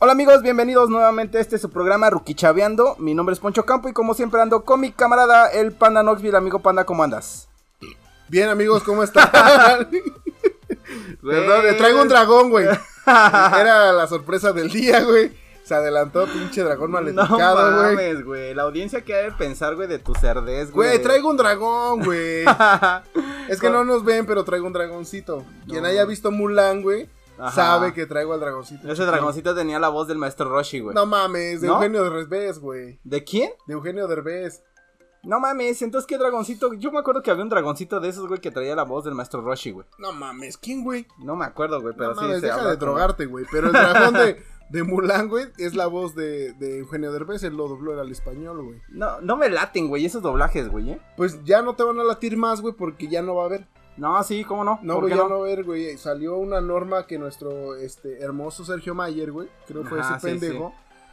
Hola amigos, bienvenidos nuevamente a este su programa Ruquichaveando. Mi nombre es Poncho Campo y como siempre ando con mi camarada el Panda Knoxville. Amigo Panda, ¿cómo andas? Bien amigos, ¿cómo están? Perdón, le traigo un dragón, güey. Era la sorpresa del día, güey. Se adelantó, pinche dragón maleducado, güey. No mames, güey. La audiencia que debe pensar, güey, de tu cerdez, güey. Güey, traigo un dragón, güey. Es que no nos ven, pero traigo un dragoncito. Quien haya visto Mulan, güey, sabe que traigo al dragoncito. Ese dragoncito tenía la voz del maestro Roshi, güey. No mames, de Eugenio Derbez, güey. ¿De quién? De Eugenio Derbez. No mames, entonces ¿qué dragoncito? Yo me acuerdo que había un dragoncito de esos, güey, que traía la voz del maestro Roshi, güey. No mames, ¿quién, güey? No me acuerdo, güey, pero no sí. Mames, deja de drogarte, güey. Pero el dragón de Mulan, güey, es la voz de Eugenio Derbez. Él lo dobló al español, güey. No me laten, güey, esos doblajes, güey, Pues ya no te van a latir más, güey, porque ya no va a haber. No, sí, ¿cómo no? No, güey, ya no va a haber, güey. Salió una norma que nuestro hermoso Sergio Mayer, güey, creo que fue ese pendejo,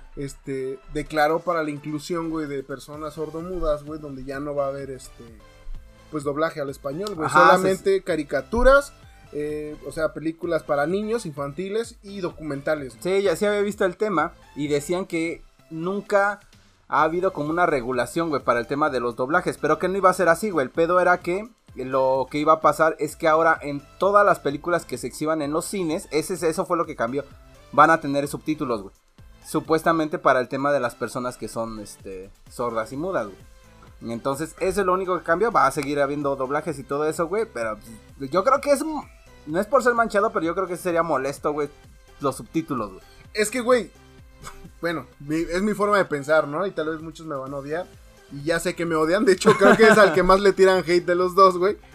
declaró para la inclusión, güey, de personas sordomudas, güey, donde ya no va a haber, pues doblaje al español, güey. Solamente caricaturas, o sea, películas para niños, infantiles y documentales. Sí, ya sí había visto el tema y decían que nunca ha habido como una regulación, güey, para el tema de los doblajes, pero que no iba a ser así, güey. El pedo era que lo que iba a pasar es que ahora en todas las películas que se exhiban en los cines, eso fue lo que cambió, van a tener subtítulos, güey. Supuestamente para el tema de las personas que son sordas y mudas, güey. Entonces, eso es lo único que cambió. Va a seguir habiendo doblajes y todo eso, güey. Pero yo creo que no es por ser manchado, pero yo creo que sería molesto, güey, los subtítulos, güey. Es que, güey, bueno, es mi forma de pensar, ¿no? Y tal vez muchos me van a odiar. Y ya sé que me odian. De hecho, creo que es al que más le tiran hate de los dos, güey.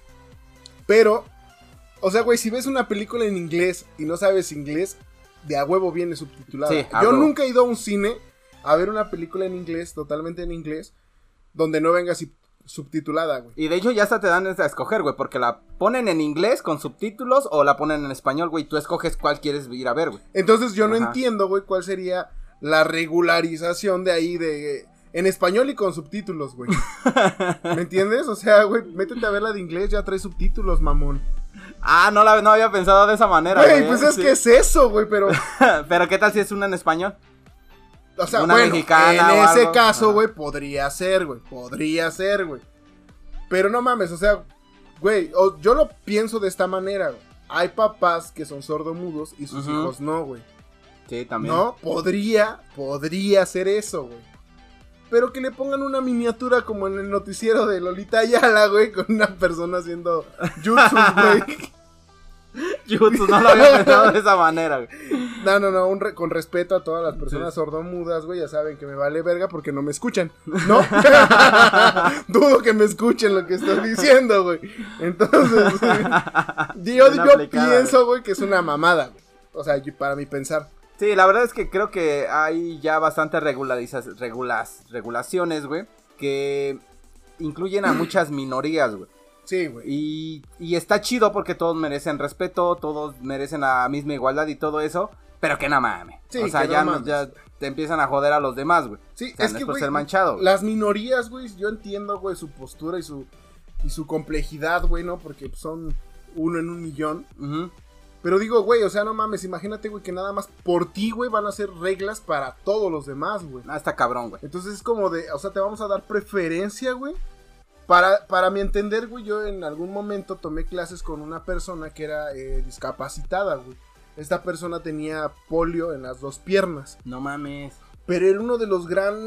Pero, o sea, güey, si ves una película en inglés y no sabes inglés, de a huevo viene subtitulada. Sí, yo nunca he ido a un cine a ver una película en inglés, totalmente en inglés, donde no venga subtitulada, güey. Y de hecho ya hasta te dan a escoger, güey, porque la ponen en inglés con subtítulos o la ponen en español, güey. Tú escoges cuál quieres ir a ver, güey. Entonces yo no entiendo, güey, cuál sería la regularización de ahí en español y con subtítulos, güey. ¿Me entiendes? O sea, güey, métete a ver la de inglés, ya trae subtítulos, mamón. Ah, no había pensado de esa manera, güey. Güey, pues es que es eso, güey, pero... Pero ¿qué tal si es una en español? O sea, una bueno, mexicana en ese caso, güey, podría ser, güey. Pero no mames, o sea, güey, yo lo pienso de esta manera, güey. Hay papás que son sordomudos y sus hijos no, güey. Sí, también. No, podría ser eso, güey. Pero que le pongan una miniatura como en el noticiero de Lolita Ayala, güey, con una persona haciendo jutsu, güey. Jutsu, no lo había pensado de esa manera, güey. No, con respeto a todas las personas sordomudas, güey, ya saben que me vale verga porque no me escuchan, ¿no? Dudo que me escuchen lo que estoy diciendo, güey. Entonces, yo pienso, güey, que es una mamada, güey. O sea, para mi pensar. Sí, la verdad es que creo que hay ya bastantes regulaciones, güey, que incluyen a muchas minorías, güey. Sí, güey. Y está chido porque todos merecen respeto, todos merecen la misma igualdad y todo eso, pero que no mames. Sí, o sea, ya te empiezan a joder a los demás, güey. Sí, o sea, es no que, por güey, ser manchado. Las minorías, güey, yo entiendo, güey, su postura y su complejidad, güey, ¿no? Porque son 1 en 1,000,000. Pero digo, güey, o sea, no mames, imagínate, güey, que nada más por ti, güey, van a hacer reglas para todos los demás, güey. Ah, está cabrón, güey. Entonces es como o sea, te vamos a dar preferencia, güey. Para mi entender, güey, yo en algún momento tomé clases con una persona que era discapacitada, güey. Esta persona tenía polio en las 2 piernas. No mames. Pero era uno de los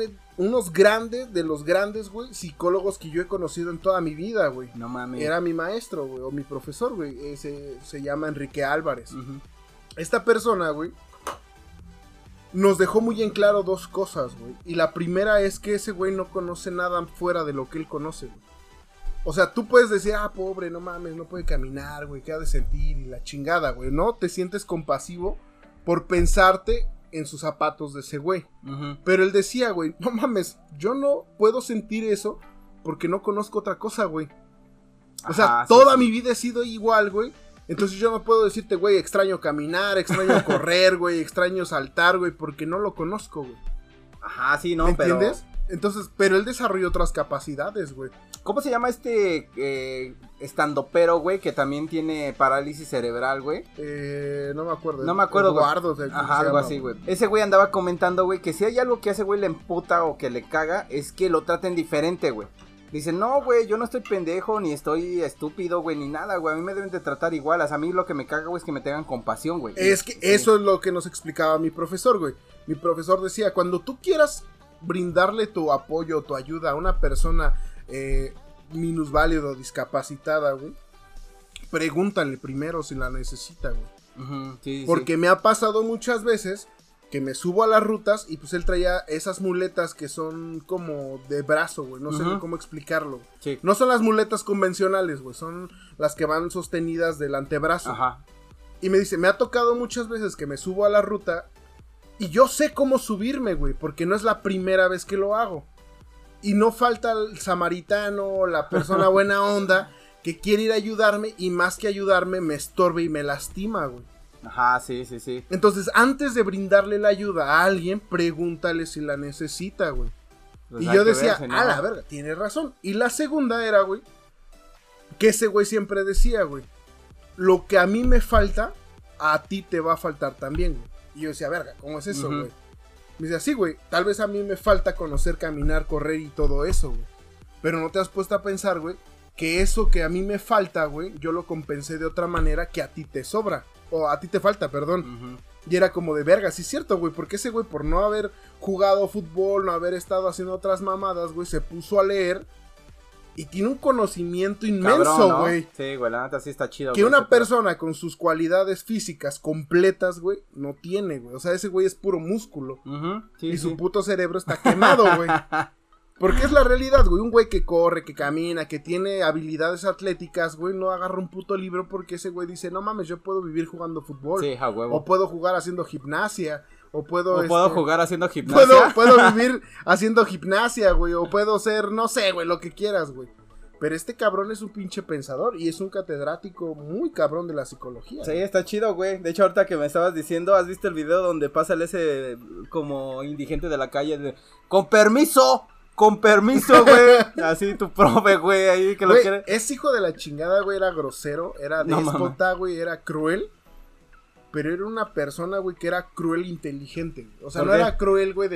grandes, güey, psicólogos que yo he conocido en toda mi vida, güey. No mames. Era mi maestro, güey, o mi profesor, güey. Se llama Enrique Álvarez. Esta persona, güey, nos dejó muy en claro 2 cosas, güey. Y la primera es que ese güey no conoce nada fuera de lo que él conoce, güey. O sea, tú puedes decir, pobre, no mames, no puede caminar, güey, qué ha de sentir y la chingada, güey, ¿no? Te sientes compasivo por pensarte en sus zapatos de ese güey. Pero él decía, güey, no mames, yo no puedo sentir eso porque no conozco otra cosa, güey. O sea, toda mi vida he sido igual, güey. Entonces yo no puedo decirte, güey, extraño caminar, extraño correr, güey, extraño saltar, güey, porque no lo conozco, güey. Ajá, sí, no, ¿Me pero... entiendes? Entonces, pero él desarrolló otras capacidades, güey. ¿Cómo se llama este estandopero, güey, que también tiene parálisis cerebral, güey? No me acuerdo. No me acuerdo, güey. Eduardo, Ajá, algo así, güey. Ese güey andaba comentando, güey, que si hay algo que a ese güey le emputa o que le caga, es que lo traten diferente, güey. Dicen, no, güey, yo no estoy pendejo, ni estoy estúpido, güey, ni nada, güey. A mí me deben de tratar igual. A mí lo que me caga, güey, es que me tengan compasión, güey. Es que eso es lo que nos explicaba mi profesor, güey. Mi profesor decía, cuando tú quieras brindarle tu apoyo, tu ayuda a una persona minusválido, discapacitada, güey, pregúntale primero si la necesita, güey. Sí, porque me ha pasado muchas veces que me subo a las rutas y pues él traía esas muletas que son como de brazo, güey, no sé ni cómo explicarlo. Sí. No son las muletas convencionales, güey, son las que van sostenidas del antebrazo. Ajá. Y me dice, me ha tocado muchas veces que me subo a la ruta y yo sé cómo subirme, güey, porque no es la primera vez que lo hago. Y no falta el samaritano, la persona buena onda que quiere ir a ayudarme y más que ayudarme me estorbe y me lastima, güey. Ajá, sí. Entonces, antes de brindarle la ayuda a alguien, pregúntale si la necesita, güey. Pues y yo decía, verse, ¿no? A la verga, tiene razón. Y la segunda era, güey, que ese güey siempre decía, güey, lo que a mí me falta, a ti te va a faltar también, güey. Y yo decía, verga, ¿cómo es eso, güey? Me decía, sí, güey, tal vez a mí me falta conocer, caminar, correr y todo eso, güey. Pero no te has puesto a pensar, güey, que eso que a mí me falta, güey, yo lo compensé de otra manera que a ti te sobra. O a ti te falta, perdón. Y era como de verga, sí es cierto, güey. Porque ese güey, por no haber jugado fútbol, no haber estado haciendo otras mamadas, güey, se puso a leer. Y tiene un conocimiento inmenso, güey. ¿No? Sí, güey, la neta sí está chido. Que güey, una persona con sus cualidades físicas completas, güey, no tiene, güey. O sea, ese güey es puro músculo. Sí, y su puto cerebro está quemado, güey. Porque es la realidad, güey. Un güey que corre, que camina, que tiene habilidades atléticas, güey, no agarra un puto libro porque ese güey dice, no mames, yo puedo vivir jugando fútbol. Sí, a huevo. O puedo jugar haciendo gimnasia. O puedo jugar haciendo gimnasia. Puedo vivir haciendo gimnasia, güey. O puedo ser, no sé, güey, lo que quieras, güey. Pero este cabrón es un pinche pensador y es un catedrático muy cabrón de la psicología. Sí, está chido, güey. De hecho, ahorita que me estabas diciendo, ¿has visto el video donde pasa ese como indigente de la calle de, ¡con permiso! Con permiso, güey. Así tu profe, güey, ahí que güey, lo quiere. Es hijo de la chingada, güey. Era grosero, era déspota, güey. Era cruel. Pero era una persona, güey, que era cruel inteligente. O sea, no era cruel, güey,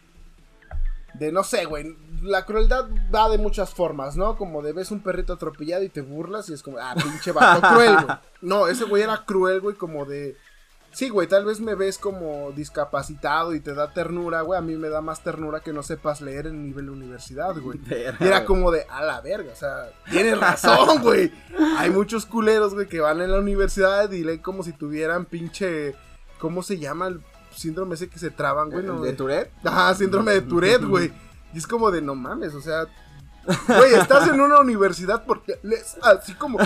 de no sé, güey. La crueldad va de muchas formas, ¿no? Como de ves un perrito atropellado y te burlas y es como, pinche vato cruel, güey. No, ese güey era cruel, güey, como de... Sí, güey, tal vez me ves como discapacitado y te da ternura, güey. A mí me da más ternura que no sepas leer en nivel de universidad, güey. Y era como de, a la verga, o sea, tienes razón, güey. Hay muchos culeros, güey, que van en la universidad y leen como si tuvieran pinche... ¿Cómo se llama el síndrome ese que se traban, güey? ¿No? ¿De Tourette? Ajá, síndrome de Tourette, güey. Y es como de, no mames, o sea... Güey, estás en una universidad porque así como...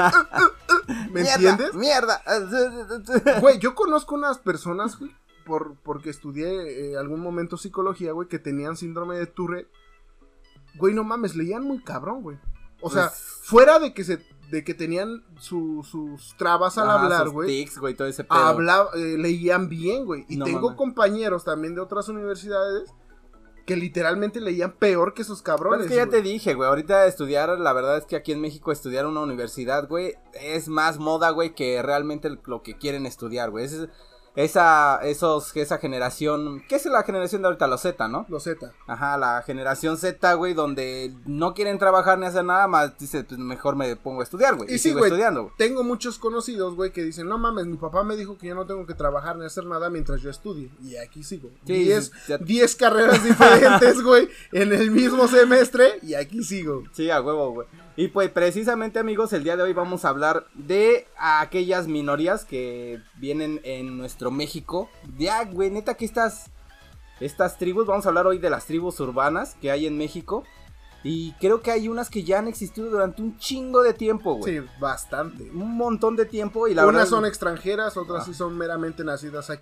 ¿Me entiendes? ¡Mierda! Güey, yo conozco unas personas, güey, porque estudié algún momento psicología, güey, que tenían síndrome de Tourette. Güey, no mames, leían muy cabrón, güey. O sea, fuera de que tenían sus trabas al hablar, güey. Tics, güey, todo ese pedo. Leían bien, güey. Y no, tengo compañeros también de otras universidades que literalmente leían peor que esos cabrones. Pero es que ya te dije, güey, ahorita estudiar, la verdad es que aquí en México estudiar una universidad, güey, es más moda, güey, que realmente lo que quieren estudiar, güey. Esa generación, ¿qué es la generación de ahorita? Los Z, ¿no? Los Z. Ajá, la generación Z, güey, donde no quieren trabajar ni hacer nada más, dice, pues mejor me pongo a estudiar, güey. Y sí, güey, tengo muchos conocidos, güey, que dicen, no mames, mi papá me dijo que yo no tengo que trabajar ni hacer nada mientras yo estudie. Y aquí sigo. Sí, 10 carreras diferentes, güey, en el mismo semestre, y aquí sigo. Sí, a huevo, güey. Y pues precisamente, amigos, el día de hoy vamos a hablar de aquellas minorías que vienen en nuestro México. Ya, güey, neta que estas tribus, vamos a hablar hoy de las tribus urbanas que hay en México. Y creo que hay unas que ya han existido durante un chingo de tiempo, güey. Sí, bastante. Un montón de tiempo y la unas verdad... son extranjeras, otras sí son meramente nacidas aquí.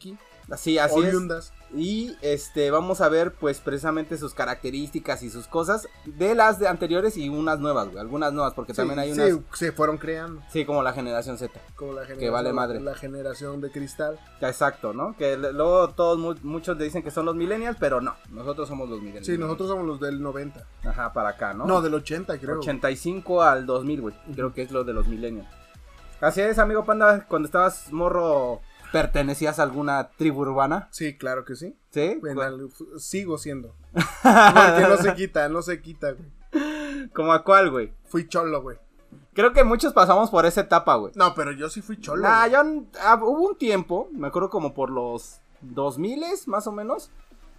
Así oriundas. es. Y vamos a ver pues precisamente sus características y sus cosas de las de anteriores y unas nuevas, güey, algunas nuevas, porque también hay unas... Sí, se fueron creando. Sí, como la generación Z. Como la generación, que vale madre. La generación de cristal. Exacto, ¿no? Que luego muchos le dicen que son los millennials, pero no, nosotros somos los millennials. Sí, nosotros somos los del 90. Ajá, para acá, ¿no? No, del 80 creo. 85 al 2000, güey, creo que es lo de los millennials. Así es, amigo Panda, cuando estabas morro... ¿Pertenecías a alguna tribu urbana? Sí, claro que sí. ¿Sí? Bueno, sigo siendo. Porque no se quita, güey. ¿Cómo a cuál, güey? Fui cholo, güey. Creo que muchos pasamos por esa etapa, güey. No, pero yo sí fui cholo. Hubo un tiempo, me acuerdo como por los 2000 más o menos,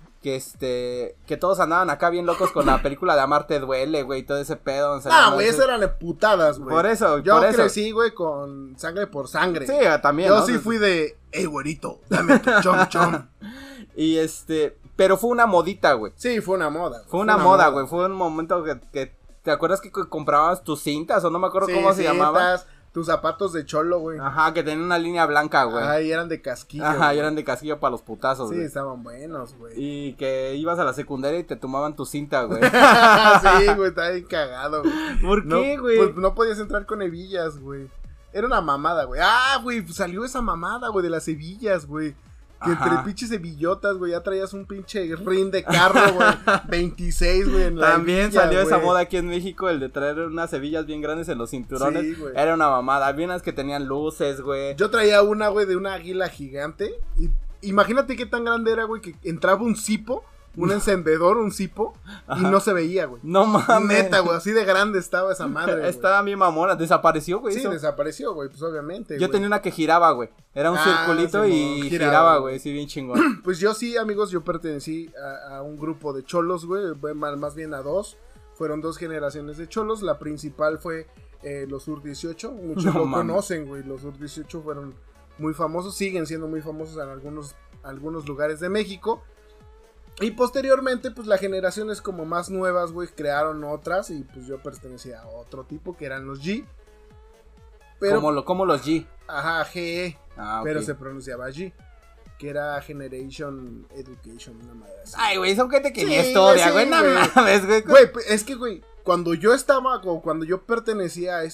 que todos andaban acá bien locos con la película de Amarte Duele, güey, todo ese pedo. Güey, esas eran de putadas, güey. Por eso, yo crecí, güey, con Sangre por Sangre. Sí, también, yo ¿no? sí fui de, güerito, dame tu chom chom. Y pero fue una modita, güey. Sí, fue una moda. Fue una moda, güey, fue un momento que ¿te acuerdas que comprabas tus cintas o no me acuerdo cómo se llamaban? Tus zapatos de cholo, güey. Ajá, que tenían una línea blanca, güey. Ajá, y eran de casquillo. Ajá, y eran de casquillo para los putazos, güey. Sí, estaban buenos, güey. Y que ibas a la secundaria y te tomaban tu cinta, güey. Sí, güey, estaba bien cagado, güey. ¿Por qué, güey? Pues no podías entrar con hebillas, güey. Era una mamada, güey. Güey, salió esa mamada, güey, de las hebillas, güey. Que entre pinches hebillotas, güey, ya traías un pinche rin de carro, güey. 26, güey. También hebilla, salió esa güey. Moda aquí en México, el de traer unas hebillas bien grandes en los cinturones. Sí, güey. Era una mamada. Había unas que tenían luces, güey. Yo traía una, güey, de una águila gigante. Y imagínate qué tan grande era, güey, que entraba un cipo. Un encendedor, un cipo, y no se veía, güey. No mames. Neta, güey, así de grande estaba esa madre, Estaba bien mamona, desapareció, güey. Sí, desapareció, güey, pues obviamente, Yo tenía una que giraba, güey. Era un circulito y giraba, güey, sí, bien chingón. Pues yo sí, amigos, yo pertenecí a un grupo de cholos, güey, más bien a dos. Fueron 2 generaciones de cholos. La principal fue los Sur 18. Muchos lo conocen, güey. Los Sur 18 fueron muy famosos, siguen siendo muy famosos en algunos lugares de México. Y posteriormente, pues las generaciones como más nuevas, güey, crearon otras. Y pues yo pertenecía a otro tipo, que eran los G. Pero, ¿Cómo los G? Ajá, GE. Okay. Pero se pronunciaba G. Que era Generation Education, una madre así. Ay, güey, son gente que ni historia, güey. No mames, güey. Güey, es que, güey, cuando yo pertenecía a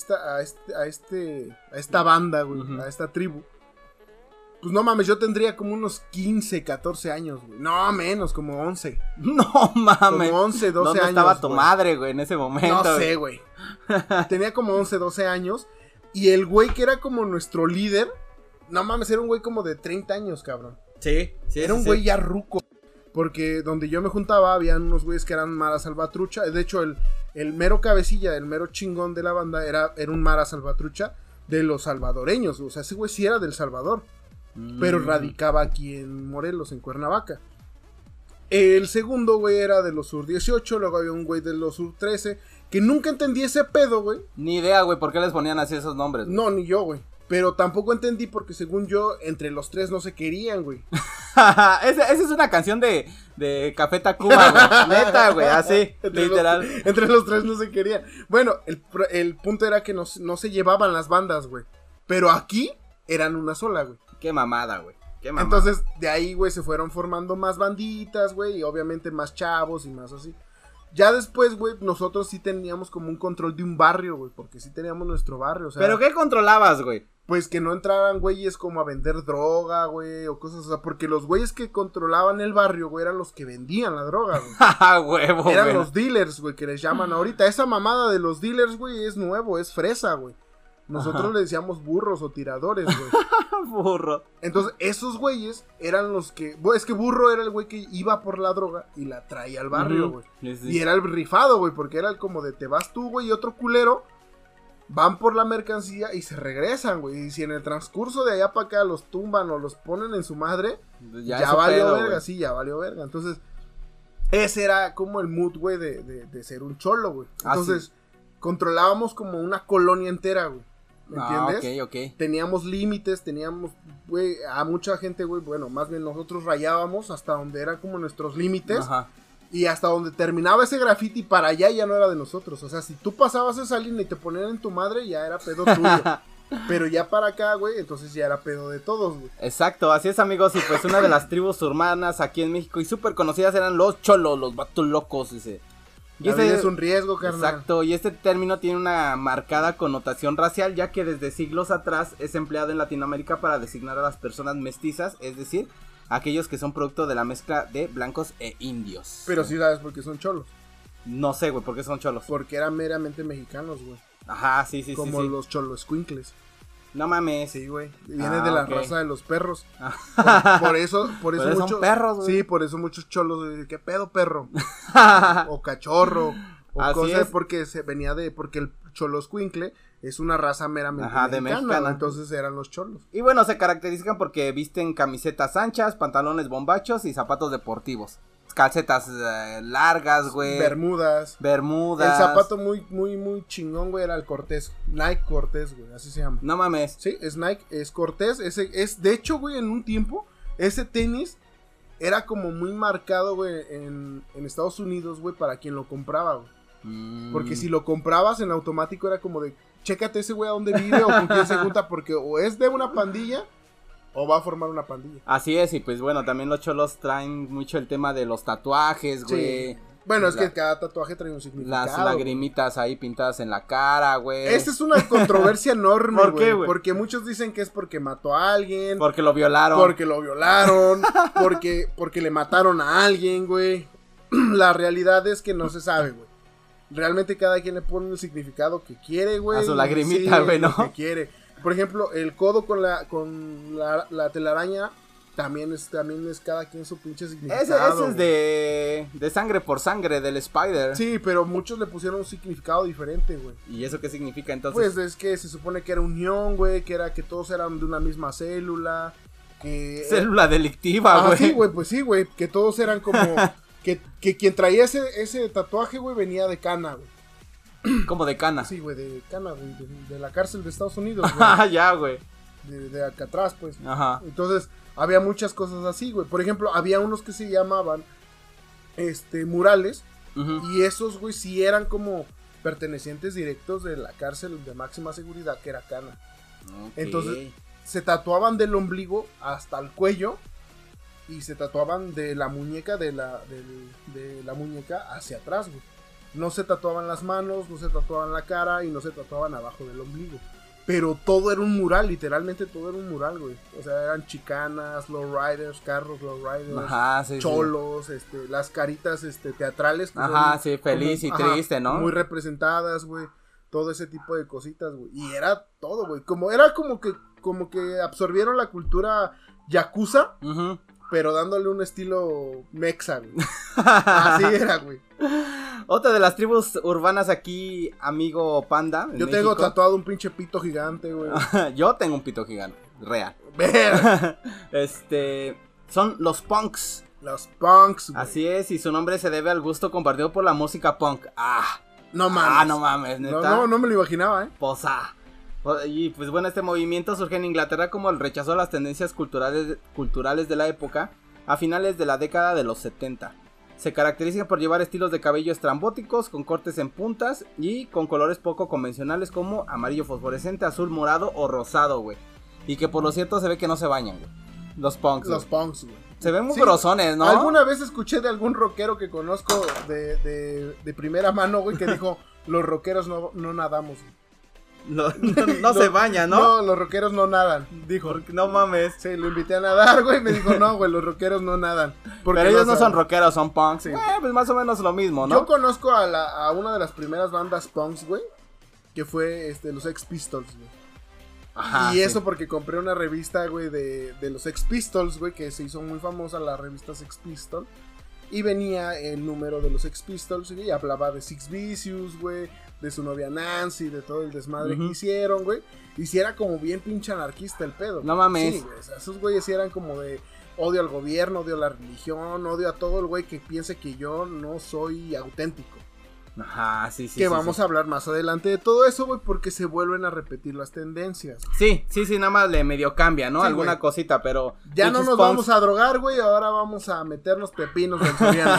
esta banda, güey, a esta tribu. Pues no mames, yo tendría como unos 15, 14 años, güey. No, menos, como 11. No mames. Como 11, 12 ¿Dónde años. estaba tu madre, güey, en ese momento? No sé, güey. Tenía como 11, 12 años. Y el güey que era como nuestro líder, no mames, era un güey como de 30 años, cabrón. Sí. Era un güey ya ruco. Porque donde yo me juntaba, habían unos güeyes que eran Mara Salvatrucha. De hecho, el mero cabecilla, el mero chingón de la banda era un Mara Salvatrucha de los salvadoreños. O sea, ese güey sí era del Salvador. Pero radicaba aquí en Morelos, en Cuernavaca. El segundo, güey, era de los Sur 18. Luego había un güey de los Sur 13. Que nunca entendí ese pedo, güey. Ni idea, güey, por qué les ponían así esos nombres, güey. No, ni yo, güey. Pero tampoco entendí porque según yo, entre los 3 no se querían, güey. Esa es una canción de Café Tacuba, güey. Neta, güey, así, literal. Entre los 3 no se querían. Bueno, el punto era que no se llevaban las bandas, güey. Pero aquí eran una sola, güey. Qué mamada, güey. Qué mamada. Entonces, de ahí, güey, se fueron formando más banditas, güey. Y obviamente más chavos y más así. Ya después, güey, nosotros sí teníamos como un control de un barrio, güey. Porque sí teníamos nuestro barrio, o sea. ¿Pero qué controlabas, güey? Pues que no entraran güeyes como a vender droga, güey, o cosas, o sea, porque los güeyes que controlaban el barrio, güey, eran los que vendían la droga, güey. Huevo, eran güey. Los dealers, güey, que les llaman ahorita. Esa mamada de los dealers, güey, es nuevo, es fresa, güey. Nosotros le decíamos burros o tiradores, güey. Burro. Entonces, esos güeyes eran los que... Es que burro era el güey que iba por la droga y la traía al barrio, güey. Sí. Y era el rifado, güey, porque era el como de te vas tú, güey, y otro culero... Van por la mercancía y se regresan, güey. Y si en el transcurso de allá para acá los tumban o los ponen en su madre, ya valió verga, güey. Sí, ya valió verga. Entonces, ese era como el mood, güey, de ser un cholo, güey. Entonces, controlábamos como una colonia entera, güey. ¿Me entiendes? Ok. Teníamos límites, güey, a mucha gente, güey, bueno, más bien nosotros rayábamos hasta donde eran como nuestros límites. Ajá. Y hasta donde terminaba ese graffiti para allá ya no era de nosotros. O sea, si tú pasabas esa línea y te ponían en tu madre, ya era pedo tuyo. Pero ya para acá, güey, entonces ya era pedo de todos, güey. Exacto, así es, amigos, y pues una de las tribus urbanas aquí en México y súper conocidas eran los cholos, los vatos locos, ese. Y es un riesgo, carnal. Exacto, y este término tiene una marcada connotación racial, ya que desde siglos atrás es empleado en Latinoamérica para designar a las personas mestizas, es decir, aquellos que son producto de la mezcla de blancos e indios. Pero sí sabes por qué son cholos. No sé, güey, ¿por qué son cholos? Porque eran meramente mexicanos, güey. Ajá, sí. Como sí. los cholos-escuincles. No mames. Sí, güey. Viene de la raza de los perros. Ah. Por eso muchos. Son perros, güey. Sí, por eso muchos cholos dicen, ¿qué pedo, perro? O cachorro. O así cosas es. Porque el choloscuincle es una raza meramente de mexicana. mexicana. Entonces eran los cholos. Y bueno, se caracterizan porque visten camisetas anchas, pantalones bombachos y zapatos deportivos. Calcetas largas, güey. Bermudas. El zapato muy chingón, güey, era el Cortés. Nike Cortés, güey, así se llama. No mames. Sí, es Nike, es Cortés. De hecho, güey, en un tiempo, ese tenis era como muy marcado, güey, en Estados Unidos, güey, para quien lo compraba, güey. Porque si lo comprabas en automático era como de, chécate ese güey a dónde vive o con quién se junta, porque o es de una pandilla o va a formar una pandilla. Así es, y pues bueno, también los cholos traen mucho el tema de los tatuajes, güey. Sí. Bueno, es que cada tatuaje trae un significado. Las lagrimitas ahí pintadas en la cara, güey. Esta es una controversia enorme, ¿Por qué, güey? Porque muchos dicen que es porque mató a alguien. Porque lo violaron. Porque le mataron a alguien, güey. La realidad es que no se sabe, güey. Realmente cada quien le pone el significado que quiere, güey. A su lagrimita, güey, ¿no? Que quiere. Por ejemplo, el codo con la telaraña también es cada quien su pinche significado. Ese es de sangre por sangre del Spider. Sí, pero muchos le pusieron un significado diferente, güey. ¿Y eso qué significa entonces? Pues es que se supone que era unión, güey, que todos eran de una misma célula, Célula delictiva, güey. Sí, güey, pues sí, güey, que todos eran como... que quien traía ese tatuaje, güey, venía de Cana, güey. Como de Cana. Sí, güey, de Cana, güey, de la cárcel de Estados Unidos, güey. Ya, güey. De acá atrás, pues. Ajá. Entonces, había muchas cosas así, güey. Por ejemplo, había unos que se llamaban, murales. Uh-huh. Y esos, güey, sí eran como pertenecientes directos de la cárcel de máxima seguridad, que era Cana. Okay. Entonces, se tatuaban del ombligo hasta el cuello. Y se tatuaban de la muñeca, de la muñeca hacia atrás, güey. No se tatuaban las manos, no se tatuaban la cara y no se tatuaban abajo del ombligo. Pero todo era un mural, literalmente todo era un mural, güey. O sea, eran chicanas, lowriders, carros lowriders, ajá, sí, cholos, sí. Las caritas teatrales. Ajá, sí, feliz y triste, ¿no? Muy representadas, güey. Todo ese tipo de cositas, güey. Y era todo, güey. Era como que absorbieron la cultura yakuza. Uh-huh. Pero dándole un estilo mexa, güey. Así era, güey. Otra de las tribus urbanas aquí, amigo Panda. Yo tengo tatuado un pinche pito gigante, güey. Yo tengo un pito gigante, real. Son los punks. Los punks, güey. Así es, y su nombre se debe al gusto compartido por la música punk. No mames. No mames, neta. No me lo imaginaba, Posa. Y pues bueno, este movimiento surge en Inglaterra como el rechazo a las tendencias culturales de la época a finales de la década de los 70. Se caracteriza por llevar estilos de cabello estrambóticos, con cortes en puntas y con colores poco convencionales como amarillo fosforescente, azul, morado o rosado, güey. Y que por lo cierto se ve que no se bañan, güey. Los punks, güey. Se ven muy grosones, ¿no? Alguna vez escuché de algún rockero que conozco de primera mano, güey, que dijo, los rockeros no nadamos, güey. No se baña, ¿no? No, los rockeros no nadan. Dijo, no mames. Sí, lo invité a nadar, güey. Me dijo, no, güey, los rockeros no nadan. Pero ellos no son rockeros, son punks. Sí. Pues más o menos lo mismo, ¿no? Yo conozco a una de las primeras bandas punks, güey. Que fue los Sex Pistols, güey. Ajá. Y eso porque compré una revista, güey, de los Sex Pistols, güey. Que se hizo muy famosa, la revista Sex Pistols. Y venía el número de los Sex Pistols, güey. Y hablaba de Six Vicious, güey. De su novia Nancy, de todo el desmadre que hicieron, güey. Y si era como bien pinche anarquista el pedo. No mames. Sí, güey. O sea, esos güeyes sí eran como de odio al gobierno, odio a la religión, odio a todo el güey que piense que yo no soy auténtico. Ajá, sí. Que vamos a hablar más adelante de todo eso, güey, porque se vuelven a repetir las tendencias. Sí, nada más le medio cambia, ¿no? Sí, Alguna güey. cosita, pero... Ya no nos vamos a drogar, güey, ahora vamos a meternos pepinos del Soriano.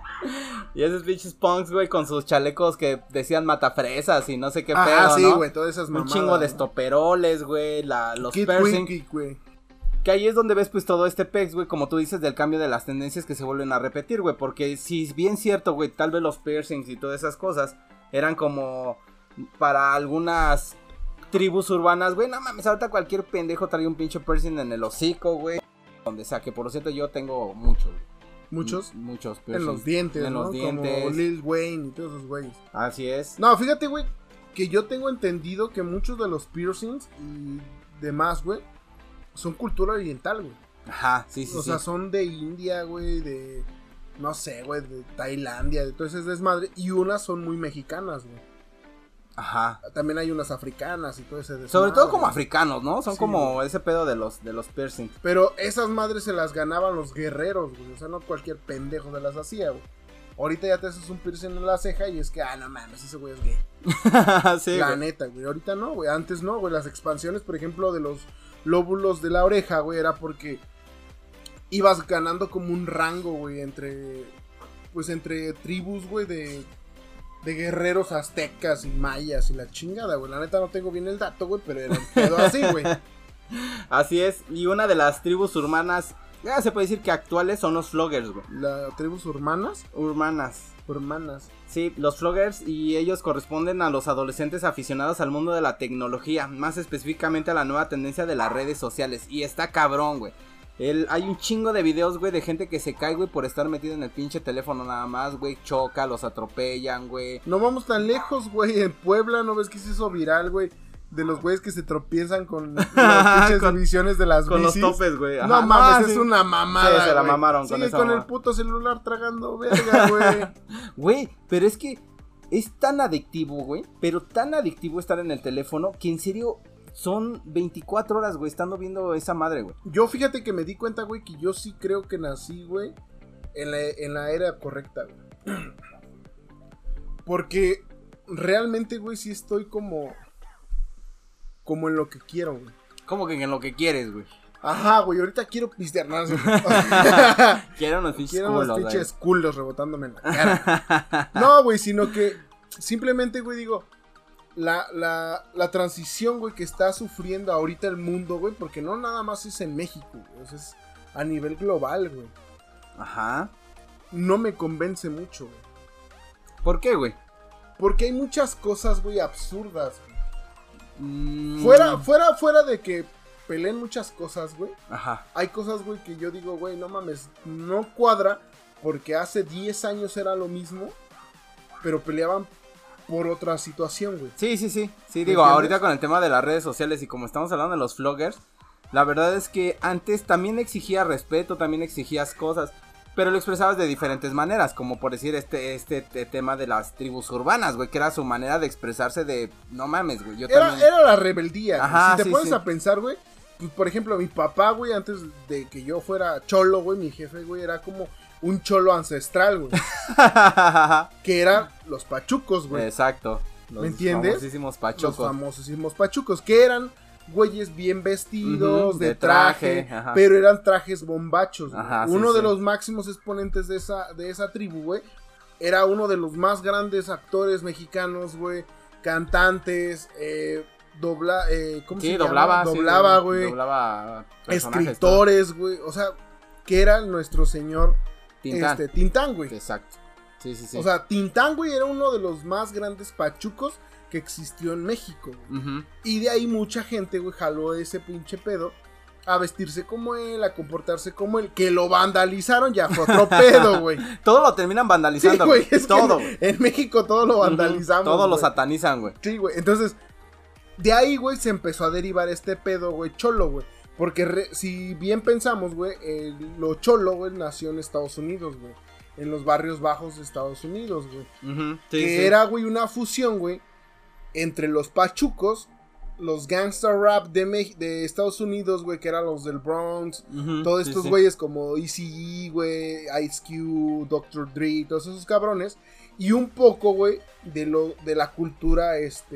Y esos pinches punks, güey, con sus chalecos que decían matafresas y no sé qué pedo, Ah, sí, ¿no? güey, todas esas mamadas. Un chingo de estoperoles, güey, los Kid piercing. Winky, güey. Que ahí es donde ves pues todo este pex, güey, como tú dices, del cambio de las tendencias que se vuelven a repetir, güey, porque si es bien cierto, güey, tal vez los piercings y todas esas cosas eran como para algunas tribus urbanas, güey, no mames, ahorita cualquier pendejo trae un pinche piercing en el hocico, güey, donde sea, que por cierto yo tengo muchos, güey. ¿Muchos? Muchos En los dientes, en ¿no? los dientes. Como Lil Wayne y todos esos güeyes. Así es. No, fíjate, güey, que yo tengo entendido que muchos de los piercings y demás, güey, son cultura oriental, güey. Ajá, sí. O sea, son de India, güey, de... No sé, güey, de Tailandia, de todo ese desmadre. Y unas son muy mexicanas, güey. Ajá. También hay unas africanas y todo ese desmadre. Sobre todo como africanos, ¿no? Son Sí, como güey. ese pedo de los piercings. Pero esas madres se las ganaban los guerreros, güey. O sea, no cualquier pendejo se las hacía, güey. Ahorita ya te haces un piercing en la ceja y es que, no mames, ese güey es gay. Sí, La güey. neta, güey. Ahorita no, güey. Antes no, güey. Las expansiones, por ejemplo, de los lóbulos de la oreja, güey, era porque ibas ganando como un rango, güey, entre tribus, güey, de guerreros aztecas y mayas y la chingada, güey. La neta no tengo bien el dato, güey, pero era un pedo así, güey. Así es, y una de las tribus urbanas, ya se puede decir que actuales son los floggers, güey. ¿Las tribus urbanas? Urbanas. Urbanas. Sí, los floggers, y ellos corresponden a los adolescentes aficionados al mundo de la tecnología, más específicamente a la nueva tendencia de las redes sociales, y está cabrón, güey. Hay un chingo de videos, güey, de gente que se cae, güey, por estar metido en el pinche teléfono nada más, güey, choca, los atropellan, güey. No vamos tan lejos, güey, en Puebla, ¿no ves que se hizo viral, güey? De los güeyes que se tropiezan con las pinches divisiones de las con bicis. los topes, güey. No mames, es una mamada, Sí, se la güey. mamaron con Sigue esa con mamá. el puto celular tragando verga, güey. Güey, pero es que es tan adictivo, güey, pero tan adictivo estar en el teléfono que en serio son 24 horas, güey, estando viendo esa madre, güey. Yo fíjate que me di cuenta, güey, que yo sí creo que nací, güey, en la era correcta, güey. Porque realmente, güey, sí estoy como en lo que quiero, güey. Como que en lo que quieres, güey. Ajá, güey, ahorita quiero pistear. No, Quiero unos pinches quiero unos culos, pinches culos rebotándome en la cara. No, güey, sino que simplemente, güey, digo, la transición, güey, que está sufriendo ahorita el mundo, güey, porque no nada más es en México, güey, es a nivel global, güey. Ajá. No me convence mucho, güey. ¿Por qué, güey? Porque hay muchas cosas, güey, absurdas, güey. Fuera de que peleen muchas cosas, güey. Ajá. Hay cosas, güey, que yo digo, güey, no mames, no cuadra, porque hace 10 años era lo mismo, pero peleaban por otra situación, güey. Sí, digo, ¿Entiendes? ahorita con el tema de las redes sociales y como estamos hablando de los vloggers, la verdad es que antes también exigía respeto, también exigías cosas, pero lo expresabas de diferentes maneras, como por decir este tema de las tribus urbanas, güey, que era su manera de expresarse de, no mames, güey, yo también... Era la rebeldía, güey. Ajá, Si te sí, pones sí. a pensar, güey, pues, por ejemplo, mi papá, güey, antes de que yo fuera cholo, güey, mi jefe, güey, era como un cholo ancestral, güey, que eran los pachucos, güey. Exacto. Los ¿Me entiendes? famosísimos Los pachucos. famosísimos pachucos, que eran güeyes bien vestidos, Ujú, de de traje, traje, ajá. pero eran trajes bombachos, güey. Ajá, sí, Uno de sí. los máximos exponentes de esa tribu, güey, era uno de los más grandes actores mexicanos, güey, cantantes, ¿cómo Sí, se doblaba, llama? sí, Doblaba, güey, doblaba personajes, escritores, güey, o sea, que era nuestro señor Tintán. Tintán, güey. Exacto. Sí. O sea, Tintán, güey, era uno de los más grandes pachucos que existió en México, güey. Ujú. Y de ahí mucha gente, güey, jaló ese pinche pedo a vestirse como él, a comportarse como él. Que lo vandalizaron, ya fue otro pedo, güey. Todo lo terminan Sí, vandalizando, güey, güey. es Todo. que en México todo lo vandalizamos. Todo lo güey. satanizan, güey. Sí, güey. Entonces, de ahí, güey, se empezó a derivar este pedo, güey, cholo, güey. Porque si bien pensamos, güey, lo cholo, güey, nació en Estados Unidos, güey. En los barrios bajos de Estados Unidos, güey. Ujú, sí, Que sí. era, güey, una fusión, güey, entre los pachucos, los gangsta rap de Estados Unidos, güey, que eran los del Bronx, Ujú, todos sí, estos sí. güeyes como Eazy-E, güey, Ice Cube, Dr. Dre, todos esos cabrones, Y un poco, güey, de la cultura,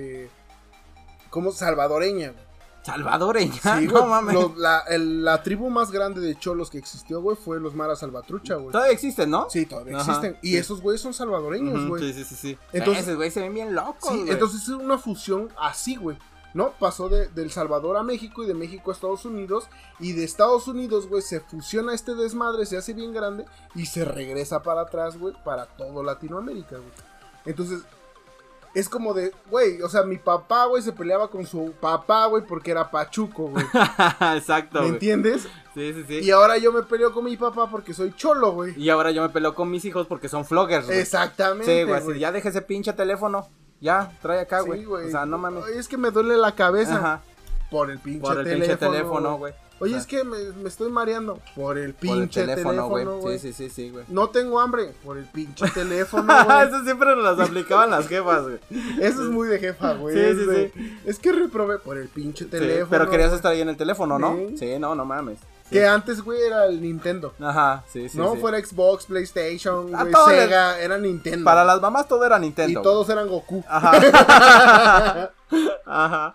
como salvadoreña, güey. ¿Salvadoreña? Sí, no güey, mames. la tribu más grande de cholos que existió, güey, fue los Mara Salvatrucha, güey. Todavía existen, ¿no? Sí, todavía Ajá, existen. Y sí. esos güeyes son salvadoreños, güey. Sí. Entonces, esos güeyes se ven bien locos, sí, güey. entonces es una fusión así, güey. ¿No? Pasó del Salvador a México y de México a Estados Unidos. Y de Estados Unidos, güey, se fusiona este desmadre, se hace bien grande y se regresa para atrás, güey, para todo Latinoamérica, güey. Entonces, es como de, güey, o sea, mi papá, güey, se peleaba con su papá, güey, porque era pachuco, güey. Exacto, ¿Me güey. entiendes? Sí. Y ahora yo me peleo con mi papá porque soy cholo, güey. Y ahora yo me peleo con mis hijos porque son floggers, güey. Exactamente, Sí, güey, ya deje ese pinche teléfono. Ya, trae acá, güey. Sí, güey. O sea, no mames. Oye, es que me duele la cabeza. Ajá. Por el pinche Por el teléfono. pinche teléfono, güey. Oye, O sea, es que me estoy mareando. Por el por el pinche teléfono, güey. Sí, güey. No tengo hambre. Por el pinche teléfono, güey. Eso siempre nos las aplicaban las jefas, güey. Eso es muy de jefa, güey. Sí. Es que reprobé por el pinche teléfono. Sí, pero querías güey. estar ahí en el teléfono, ¿no? Sí. Sí, no mames. Sí. Que antes, güey, era el Nintendo. Ajá, sí. No fuera Xbox, PlayStation, A güey, todos Sega, era Nintendo. Para las mamás todo era Nintendo. Y güey. todos eran Goku. Ajá. Ajá.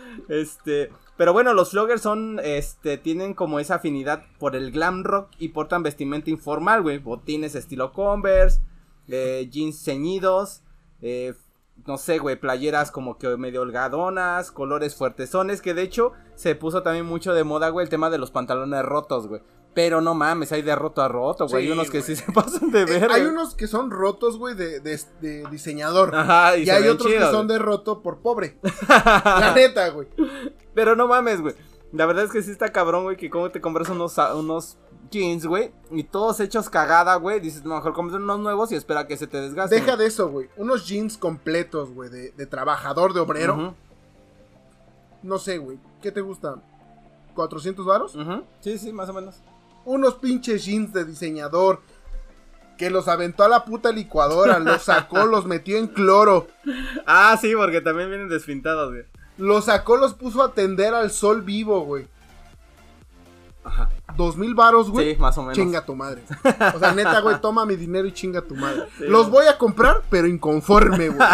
Pero bueno, los floggers son, tienen como esa afinidad por el glam rock y portan vestimenta informal, güey. Botines estilo Converse, jeans ceñidos, no sé, güey, playeras como que medio holgadonas, colores fuertezones, que de hecho se puso también mucho de moda, güey, el tema de los pantalones rotos, güey. Pero no mames, hay de roto a roto, güey. Sí, Hay unos que güey. sí se pasan de ver. Hay unos que son rotos, güey, de diseñador. Ajá, Y se hay ven otros chidos, que son güey. de roto por pobre. La neta, güey. Pero no mames, güey. La verdad es que sí está cabrón, güey, que como te compras unos jeans, güey, y todos hechos cagada, güey. Dices, no, mejor compras unos nuevos y espera que se te desgasten. Deja de eso, güey. Unos jeans completos, güey, de trabajador, de obrero. Ujú, No sé, güey. ¿Qué te gusta? ¿400 varos? ujú. Sí, más o menos. Unos pinches jeans de diseñador que los aventó a la puta licuadora, los sacó, los metió en cloro, Ah, sí, porque también vienen desfintados, güey. los sacó, los puso a tender al sol vivo, güey. Ajá. 2,000 varos, güey. Sí, más o menos. Chinga tu madre. O sea, neta, güey, toma mi dinero y chinga tu madre. Sí, Los güey. voy a comprar, pero inconforme, güey.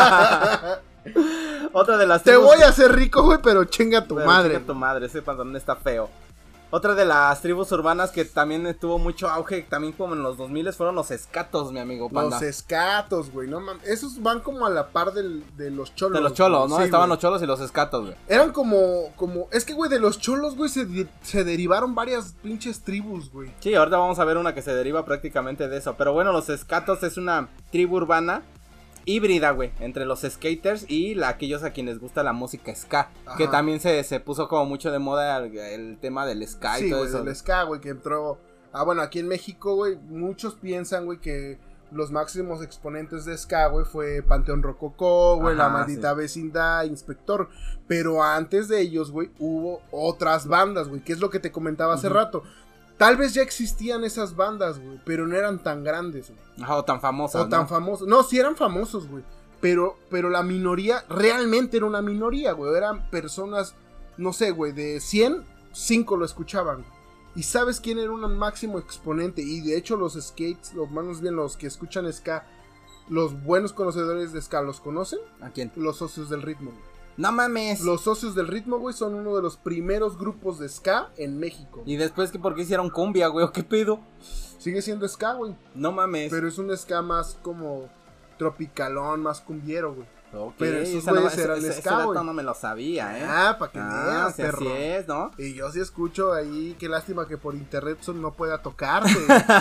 Otra de las Te tribus- voy a hacer rico, güey, pero chinga tu Pero madre. chinga tu madre, ese pantalón está feo. Otra de las tribus urbanas que también tuvo mucho auge, también como en los 2000 fueron los escatos, mi amigo Panda. Los escatos, güey, no mames. Esos van como a la par de los cholos. De los cholos, ¿no? Sí, Estaban güey. los cholos y los escatos, güey. Eran como, es que, güey, de los cholos, güey, se derivaron varias pinches tribus, güey. Sí, ahorita vamos a ver una que se deriva prácticamente de eso. Pero bueno, los escatos es una tribu urbana híbrida, güey, entre los skaters y aquellos a quienes gusta la música ska. Ajá. Que también se puso como mucho de moda el tema del ska y Sí, todo güey, eso. del ska, güey, que entró. Ah, bueno, aquí en México, güey, muchos piensan, güey, que los máximos exponentes de ska, güey, fue Panteón Rococó, güey, Ajá, La Maldita Vecindad, Inspector. Pero antes de ellos, güey, hubo otras bandas, güey, que es lo que te comentaba hace rato. Tal vez ya existían esas bandas, güey, pero no eran tan grandes, güey. Ajá, o tan famosas, O tan ¿no? famosos. No, sí eran famosos, güey. Pero la minoría, realmente era una minoría, güey. Eran personas, no sé, güey, de 100, 5 lo escuchaban. ¿Y sabes quién era un máximo exponente? Y de hecho los skates, los manos bien, los que escuchan ska, los buenos conocedores de ska, ¿los conocen? ¿A quién? Los Socios del Ritmo, güey. No mames. Los Socios del Ritmo, güey, son uno de los primeros grupos de ska en México. Y después, ¿por qué hicieron cumbia, güey? ¿O qué pedo? Sigue siendo ska, güey. No mames. Pero es un ska más como tropicalón, más cumbiero, güey. Ok, pero esos esa no- güeyes ese- eran ese ska, dato güey. no me lo sabía, ¿eh? Ah, para que veas, sí, perro. así es, ¿no? Y yo sí escucho ahí, qué lástima que por internet no pueda tocarte.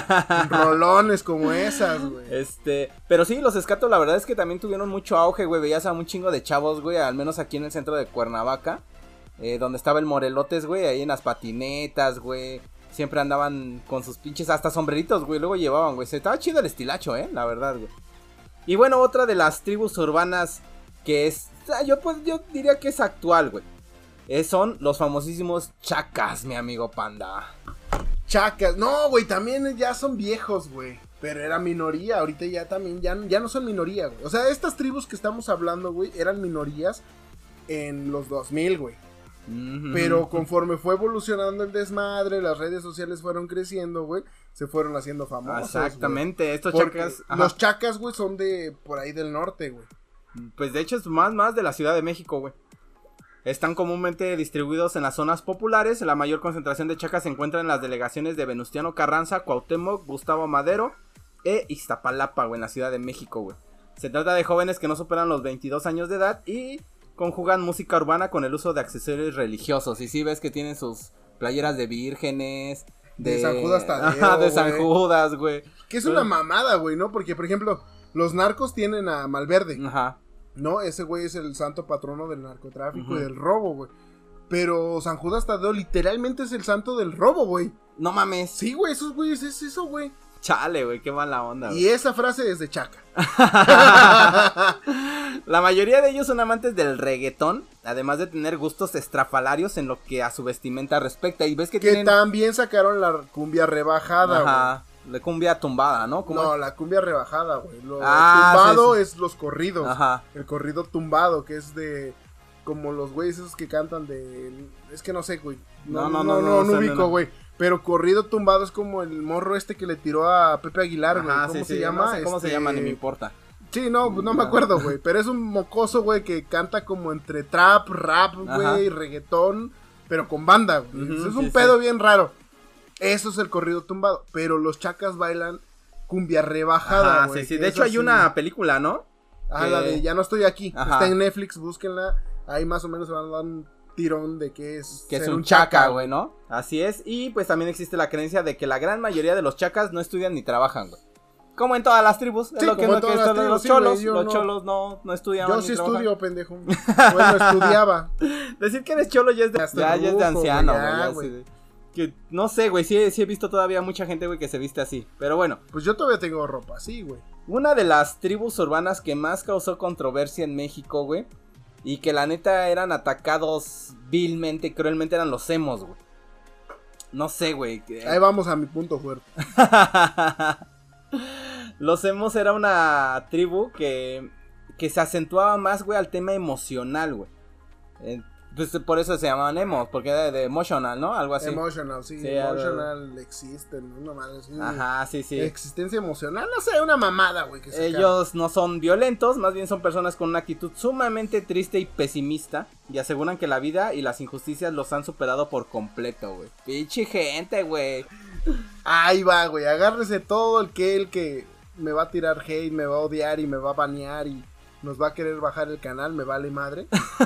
Rolones como esas, güey. Pero sí, los escatos la verdad es que también tuvieron mucho auge, güey. Veías a un chingo de chavos, güey, al menos aquí en el centro de Cuernavaca, donde estaba el Morelotes, güey, ahí en las patinetas, güey. Siempre andaban con sus pinches hasta sombreritos, güey, luego llevaban, güey. Se estaba chido el estilacho, la verdad, güey. Y bueno, otra de las tribus urbanas que es, yo diría que es actual, güey. Son los famosísimos chacas, mi amigo Panda. Chacas. No, güey, también ya son viejos, güey. Pero era minoría, ahorita ya también, ya no son minoría, güey. O sea, estas tribus que estamos hablando, güey, eran minorías en los 2000, güey. Pero conforme fue evolucionando el desmadre, las redes sociales fueron creciendo, güey, se fueron haciendo famosos. Exactamente, güey. estos Porque chacas. Los chacas, güey, son de por ahí del norte, güey. Pues de hecho es más de la Ciudad de México, güey. Están comúnmente distribuidos en las zonas populares. La mayor concentración de chacas se encuentra en las delegaciones de Venustiano Carranza, Cuauhtémoc, Gustavo Madero e Iztapalapa, güey, en la Ciudad de México, güey. Se trata de jóvenes que no superan los 22 años de edad y conjugan música urbana con el uso de accesorios religiosos. Y sí ves que tienen sus playeras de vírgenes, de San Judas Tadeo, ajá, de San Judas, güey. Que es una mamada, güey, ¿no? Porque, por ejemplo, los narcos tienen a Malverde. Ajá. No, ese güey es el santo patrono del narcotráfico y del robo, güey. Pero San Judas Tadeo literalmente es el santo del robo, güey. No mames. Sí, güey, esos güeyes es eso, güey. Chale, güey, qué mala onda, güey. Y esa frase es de Chaca. La mayoría de ellos son amantes del reggaetón, además de tener gustos estrafalarios en lo que a su vestimenta respecta. Y ves que tienen... también sacaron la cumbia rebajada, güey. Ajá, la cumbia tumbada, ¿no? No, la cumbia rebajada, güey. Lo tumbado sí. es los corridos. Ajá. El corrido tumbado, que es de... Como los güeyes esos que cantan de... Es que no sé, güey. No ubico, güey. Pero corrido tumbado es como el morro este que le tiró a Pepe Aguilar, güey. ¿Cómo se llama? No sé cómo se llama, ni me importa. Sí, no me acuerdo, güey. Pero es un mocoso, güey, que canta como entre trap, rap, güey, reggaetón, pero con banda, güey. Es un pedo bien raro. Eso es el corrido tumbado. Pero los chacas bailan cumbia rebajada, güey. Sí. De hecho, hay una película, ¿no? La de Ya no estoy aquí. Ajá. Está en Netflix, búsquenla. Ahí más o menos se van a dar un tirón de que es un chaca, güey, ¿no? Así es. Y pues también existe la creencia de que la gran mayoría de los chacas no estudian ni trabajan, güey. Como en todas las tribus. Sí, es lo que como en todas las tribus, los sí, cholos. güey, Los cholos no estudian. Yo sí estudio, pendejo. Bueno, estudiaba. Decir que eres cholo ya es de, ya es de anciano, güey. Que no sé, güey, sí he visto todavía mucha gente, güey, que se viste así. Pero bueno. Pues yo todavía tengo ropa así, güey. Una de las tribus urbanas que más causó controversia en México, güey, y que la neta eran atacados vilmente y cruelmente, eran los emos, güey. No sé, güey. Ahí vamos a mi punto fuerte. Los emos era una tribu que se acentuaba más, güey, al tema emocional, güey. Pues por eso se llamaban emos, porque era de emotional, ¿no? Algo así. Emotional, sí emotional existen, una madre así. Ajá, sí. Existencia emocional, no sé, una mamada, güey. Ellos no son violentos, más bien son personas con una actitud sumamente triste y pesimista, y aseguran que la vida y las injusticias los han superado por completo, güey. Pinche gente, güey. Ahí va, güey, agárrese todo el que me va a tirar hate, me va a odiar y me va a banear y nos va a querer bajar el canal, me vale madre.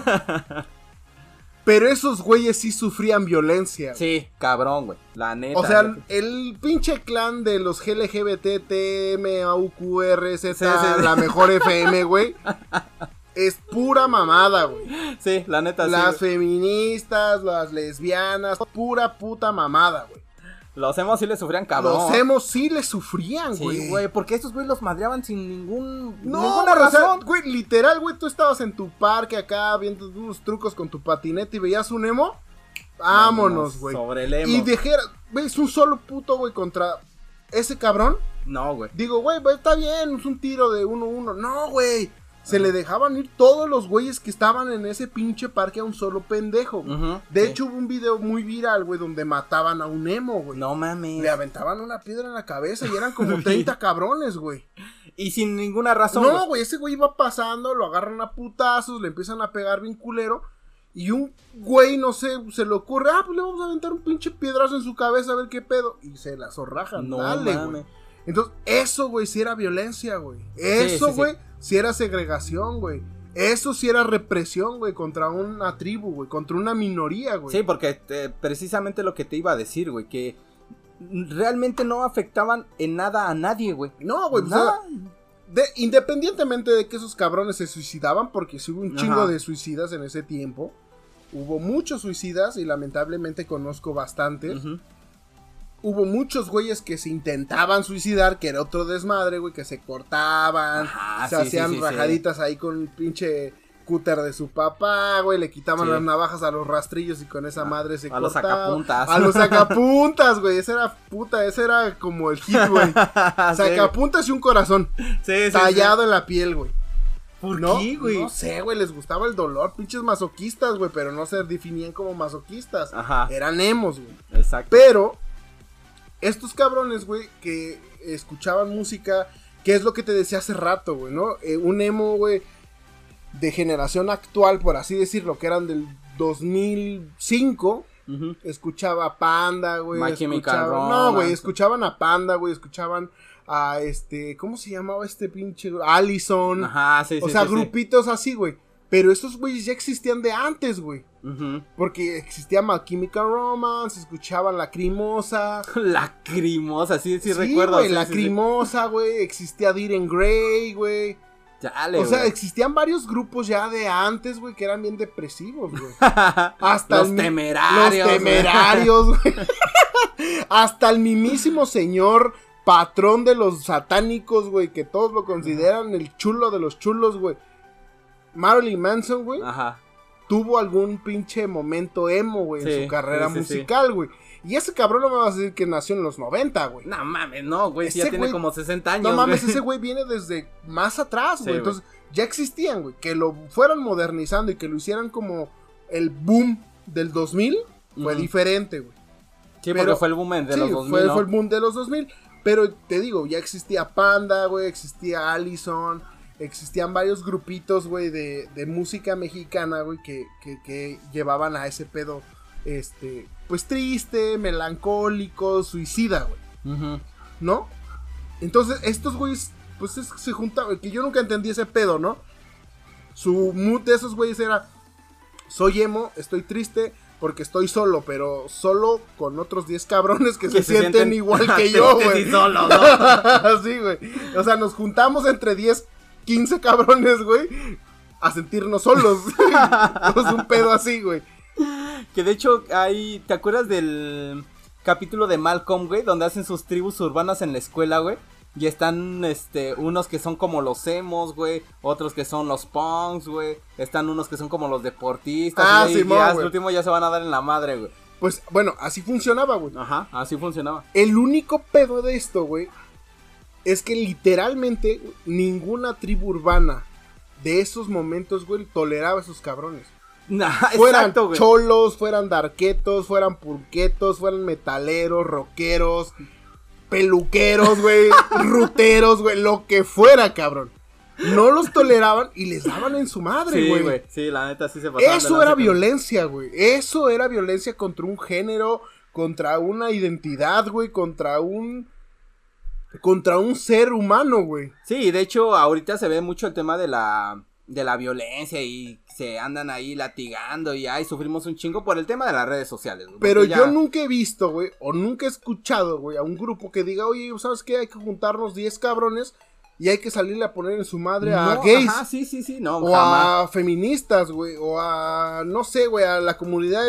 Pero esos güeyes sí sufrían violencia, güey. Sí, cabrón, güey, la neta. O sea, el pinche clan de los LGBT, TMAUQRZ, la mejor FM, güey, es pura mamada, güey. Sí, la neta, las sí, feministas, las lesbianas, pura puta mamada, güey. Los emos sí le sufrían, cabrón. Los emos sí le sufrían, güey. Sí, güey, porque estos güey los madreaban sin ninguna razón. razón. O sea, güey, literal, güey, tú estabas en tu parque acá viendo unos trucos con tu patineta y veías un emo. Vámonos, güey. Sobre el emo. Y dijeras, güey, es un solo puto, güey, contra ese cabrón. No, güey. Digo, güey, está bien, es un tiro de 1-1. No, güey. Se le dejaban ir todos los güeyes que estaban en ese pinche parque a un solo pendejo, güey. De hecho, hubo un video muy viral, güey, donde mataban a un emo, güey. No mames. Le aventaban una piedra en la cabeza y eran como 30 cabrones, güey. Y sin ninguna razón. No, güey, ese güey iba pasando, lo agarran a putazos, le empiezan a pegar bien culero. Y un güey, no sé, se le ocurre, pues le vamos a aventar un pinche piedrazo en su cabeza a ver qué pedo. Y se la zorrajan, no, dale, güey. Entonces, eso, güey, sí era violencia, güey. Eso, güey, sí era segregación, güey. Eso sí era represión, güey, contra una tribu, güey, contra una minoría, güey. Sí, porque precisamente lo que te iba a decir, güey, que realmente no afectaban en nada a nadie, güey. No, güey, pues independientemente de que esos cabrones se suicidaban, porque sí hubo un chingo de suicidas en ese tiempo. Hubo muchos suicidas y lamentablemente conozco bastantes. Hubo muchos güeyes que se intentaban suicidar, que era otro desmadre, güey, que se cortaban, se hacían rajaditas ahí con un pinche cúter de su papá, güey, le quitaban las navajas a los rastrillos y con esa madre se cortaba. Los sacapuntas. A los sacapuntas, güey, ese era como el hit, güey. Sacapuntas y un corazón tallado en la piel, güey. ¿Por ¿No? qué, güey? No sé, güey, les gustaba el dolor, pinches masoquistas, güey, pero no se definían como masoquistas. Ajá. Eran emos, güey. Exacto. Pero estos cabrones, güey, que escuchaban música, que es lo que te decía hace rato, güey, ¿no? Un emo, güey, de generación actual, por así decirlo, que eran del 2005, escuchaba Panda, güey. My Chemical Romance. No, güey, escuchaban a Panda, güey, escuchaban a ¿cómo se llamaba este pinche? Allison. Ajá, sí, sí. O sea, sí, grupitos así, güey. Pero estos güeyes ya existían de antes, güey. Porque existía My Chemical Romance, escuchaban Lacrimosa. Lacrimosa, sí, Sí, recuerdo. güey, Sí, Lacrimosa, güey. Existía Diren Grey, güey. Chale, O sea, güey. existían varios grupos ya de antes, güey, que eran bien depresivos, güey. Hasta Los Temerarios. Los Temerarios, güey. Hasta el mismísimo señor patrón de los satánicos, güey, que todos lo consideran el chulo de los chulos, güey. Marilyn Manson, güey, Ajá. tuvo algún pinche momento emo, güey, Sí, en su carrera sí, sí, musical, güey. Y ese cabrón no me vas a decir que nació en los 90, güey. No mames, no, güey, sí Ese ya tiene güey- como 60 años, No mames, güey. ese güey viene desde más atrás, güey. Sí, Entonces, ya existían, güey. Que lo fueran modernizando y que lo hicieran como el boom del 2000 fue Ujú. diferente, güey. Sí, pero- porque fue el boom de Sí, los 2000, fue, ¿no? fue el boom de los 2000. Pero te digo, ya existía Panda, güey, existía Allison, existían varios grupitos, güey, de música mexicana, güey, que llevaban a ese pedo, pues triste, melancólico, suicida, güey, Ujú. ¿no? Entonces, estos güeyes, pues se juntaban, que yo nunca entendí ese pedo, ¿no? Su mood de esos güeyes era, soy emo, estoy triste porque estoy solo, pero solo con otros 10 cabrones que se sienten igual que yo, güey. Sí, solo, ¿no? Sí, güey. O sea, nos juntamos entre 10, 15 cabrones, güey, a sentirnos solos. Es un pedo así, güey. Que de hecho, ahí, ¿te acuerdas del capítulo de Malcolm, güey? Donde hacen sus tribus urbanas en la escuela, güey. Y están, unos que son como los emos, güey. Otros que son los punks, güey. Están unos que son como los deportistas. Ah, y Simón, al güey. último ya se van a dar en la madre, güey. Pues, bueno, así funcionaba, güey. Ajá, así funcionaba. El único pedo de esto, güey, es que literalmente ninguna tribu urbana de esos momentos, güey, toleraba a esos cabrones. Fueran Exacto, güey. cholos, fueran darquetos, fueran purquetos, fueran metaleros, rockeros, peluqueros, güey, ruteros, güey, lo que fuera, cabrón. No los toleraban y les daban en su madre, Sí, güey. güey. Sí, la neta sí se pasaban Eso de era lanza. violencia, güey. Eso era violencia contra un género, contra una identidad, güey, contra un ser humano, güey. Sí, de hecho, ahorita se ve mucho el tema de la violencia y se andan ahí latigando y ay, sufrimos un chingo por el tema de las redes sociales, güey. Pero Porque yo ya- nunca he visto, güey, o nunca he escuchado, güey, a un grupo que diga, oye, ¿sabes qué? Hay que juntarnos 10 cabrones y hay que salirle a poner en su madre a No, gays. Ajá, sí, no, O jamás. a feministas, güey, o a, no sé, güey, a la comunidad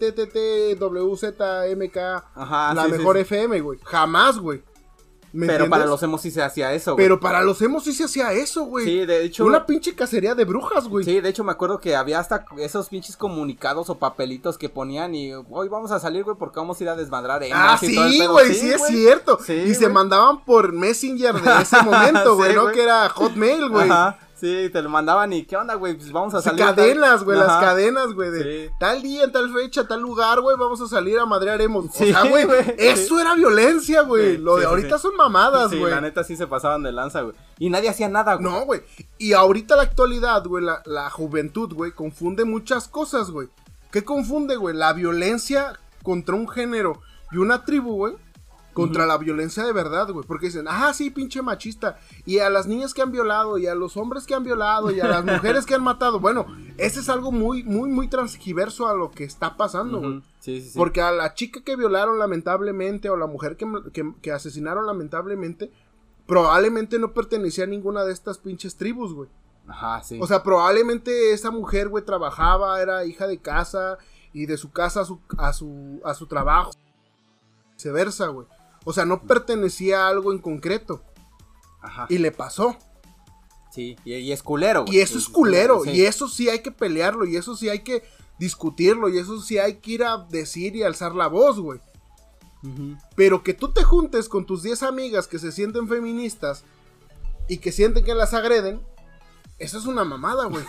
LGBTTWZMK, Ajá, la sí, mejor sí. FM, güey. Jamás, güey. ¿Me Pero para entiendes? los emos sí se hacía eso, güey. Pero para los emos sí se hacía eso, güey. Sí, de hecho. Una pinche cacería de brujas, güey. Sí, de hecho me acuerdo que había hasta esos pinches comunicados o papelitos que ponían y hoy vamos a salir, güey, porque vamos a ir a desmadrar emos Ah, y todo el sí, pedo. güey, sí, es cierto. Sí, y se güey. mandaban por Messenger de ese momento, güey, Sí, ¿no? güey. Que era Hotmail, güey. Ajá, sí, te lo mandaban y ¿qué onda, güey? Pues vamos a Sí, salir. cadenas, güey, las Ajá. cadenas, güey, de Sí. tal día, en tal fecha, tal lugar, güey, vamos a salir a madrear emos. Sí, o sea, güey, güey, eso era violencia, güey. Sí, Lo de sí, sí, ahorita sí. son mamadas, Sí, güey. la neta sí se pasaban de lanza, güey. Y nadie hacía nada, güey. No, güey. Y ahorita la actualidad, güey, la juventud, güey, confunde muchas cosas, güey. ¿Qué confunde, güey? La violencia contra un género y una tribu, güey, contra la violencia de verdad, güey. Porque dicen, sí, pinche machista. Y a las niñas que han violado, y a los hombres que han violado, y a las mujeres que han matado. Bueno, ese es algo muy, muy, muy transgiverso a lo que está pasando, güey. Ujú, sí, sí, sí. Porque a la chica que violaron lamentablemente, o la mujer que asesinaron lamentablemente, probablemente no pertenecía a ninguna de estas pinches tribus, güey. Ajá, sí. O sea, probablemente esa mujer, güey, trabajaba, era hija de casa, y de su casa a su trabajo, viceversa, güey. O sea, no pertenecía a algo en concreto, Ajá. y le pasó. Sí, y es culero, güey. Y eso es culero, Sí. y eso sí hay que pelearlo, y eso sí hay que discutirlo, y eso sí hay que ir a decir y alzar la voz, güey. Ujú. Pero que tú te juntes con tus 10 amigas que se sienten feministas y que sienten que las agreden, Eso es una mamada, güey.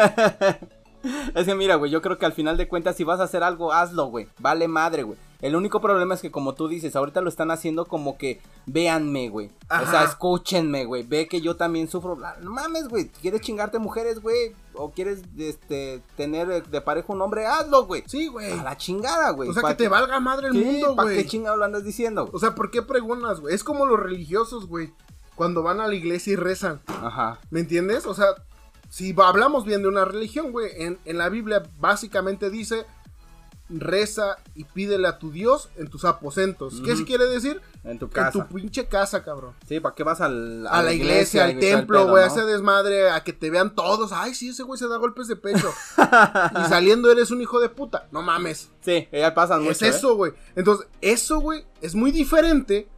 Es que mira, güey, yo creo que al final de cuentas si vas a hacer algo, hazlo, güey. Vale madre, güey. El único problema es que como tú dices, ahorita lo están haciendo como que véanme, güey. O sea, escúchenme, güey. Ve que yo también sufro. No mames, güey. ¿Quieres chingarte mujeres, güey? ¿O quieres tener de pareja un hombre? Hazlo, güey. Sí, güey. A la chingada, güey. O sea, que te valga madre el mundo, güey. ¿Para qué chingado lo andas diciendo, güey? O sea, ¿por qué preguntas, güey? Es como los religiosos, güey. Cuando van a la iglesia y rezan. Ajá. ¿Me entiendes? O sea, si hablamos bien de una religión, güey, en la Biblia básicamente dice, reza y pídele a tu Dios en tus aposentos. ¿Qué quiere decir? En tu casa. En tu pinche casa, cabrón. Sí, ¿para qué vas a la iglesia, al templo, güey, a ese desmadre, a que te vean todos? Ay, sí, ese güey se da golpes de pecho. Y saliendo eres un hijo de puta. No mames. Sí, ya pasan mucho. Es eso, güey. Entonces, eso, güey, es muy diferente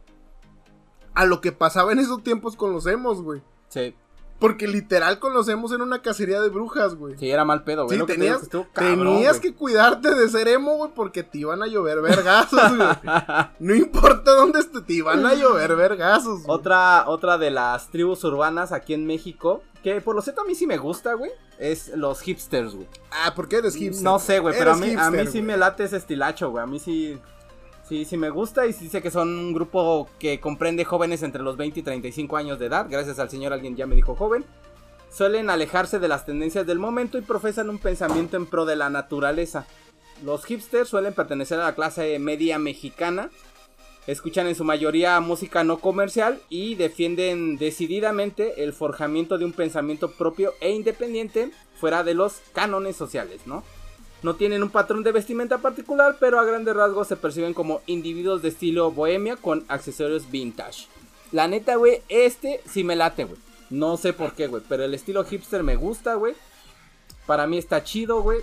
a lo que pasaba en esos tiempos con los emos, güey. Sí. Porque literal con los emos era una cacería de brujas, güey. Sí, era mal pedo, güey. Sí, tenías que cuidarte de ser emo, güey, porque te iban a llover vergazos, güey. No importa dónde te iban a llover vergazos, güey. Otra de las tribus urbanas aquí en México, que por lo cierto a mí sí me gusta, güey, es los hipsters, güey. Ah, ¿por qué eres hipster? No sé, güey, pero a mí hipster, sí me late ese estilacho, güey. A mí sí me gusta y sí sé que son un grupo que comprende jóvenes entre los 20 y 35 años de edad. Gracias al señor alguien ya me dijo joven. Suelen alejarse de las tendencias del momento y profesan un pensamiento en pro de la naturaleza. Los hipsters suelen pertenecer a la clase media mexicana. Escuchan en su mayoría música no comercial y defienden decididamente el forjamiento de un pensamiento propio e independiente fuera de los cánones sociales, ¿no? No tienen un patrón de vestimenta particular, pero a grandes rasgos se perciben como individuos de estilo bohemia con accesorios vintage. La neta, güey, sí me late, güey. No sé por qué, güey, pero el estilo hipster me gusta, güey. Para mí está chido, güey.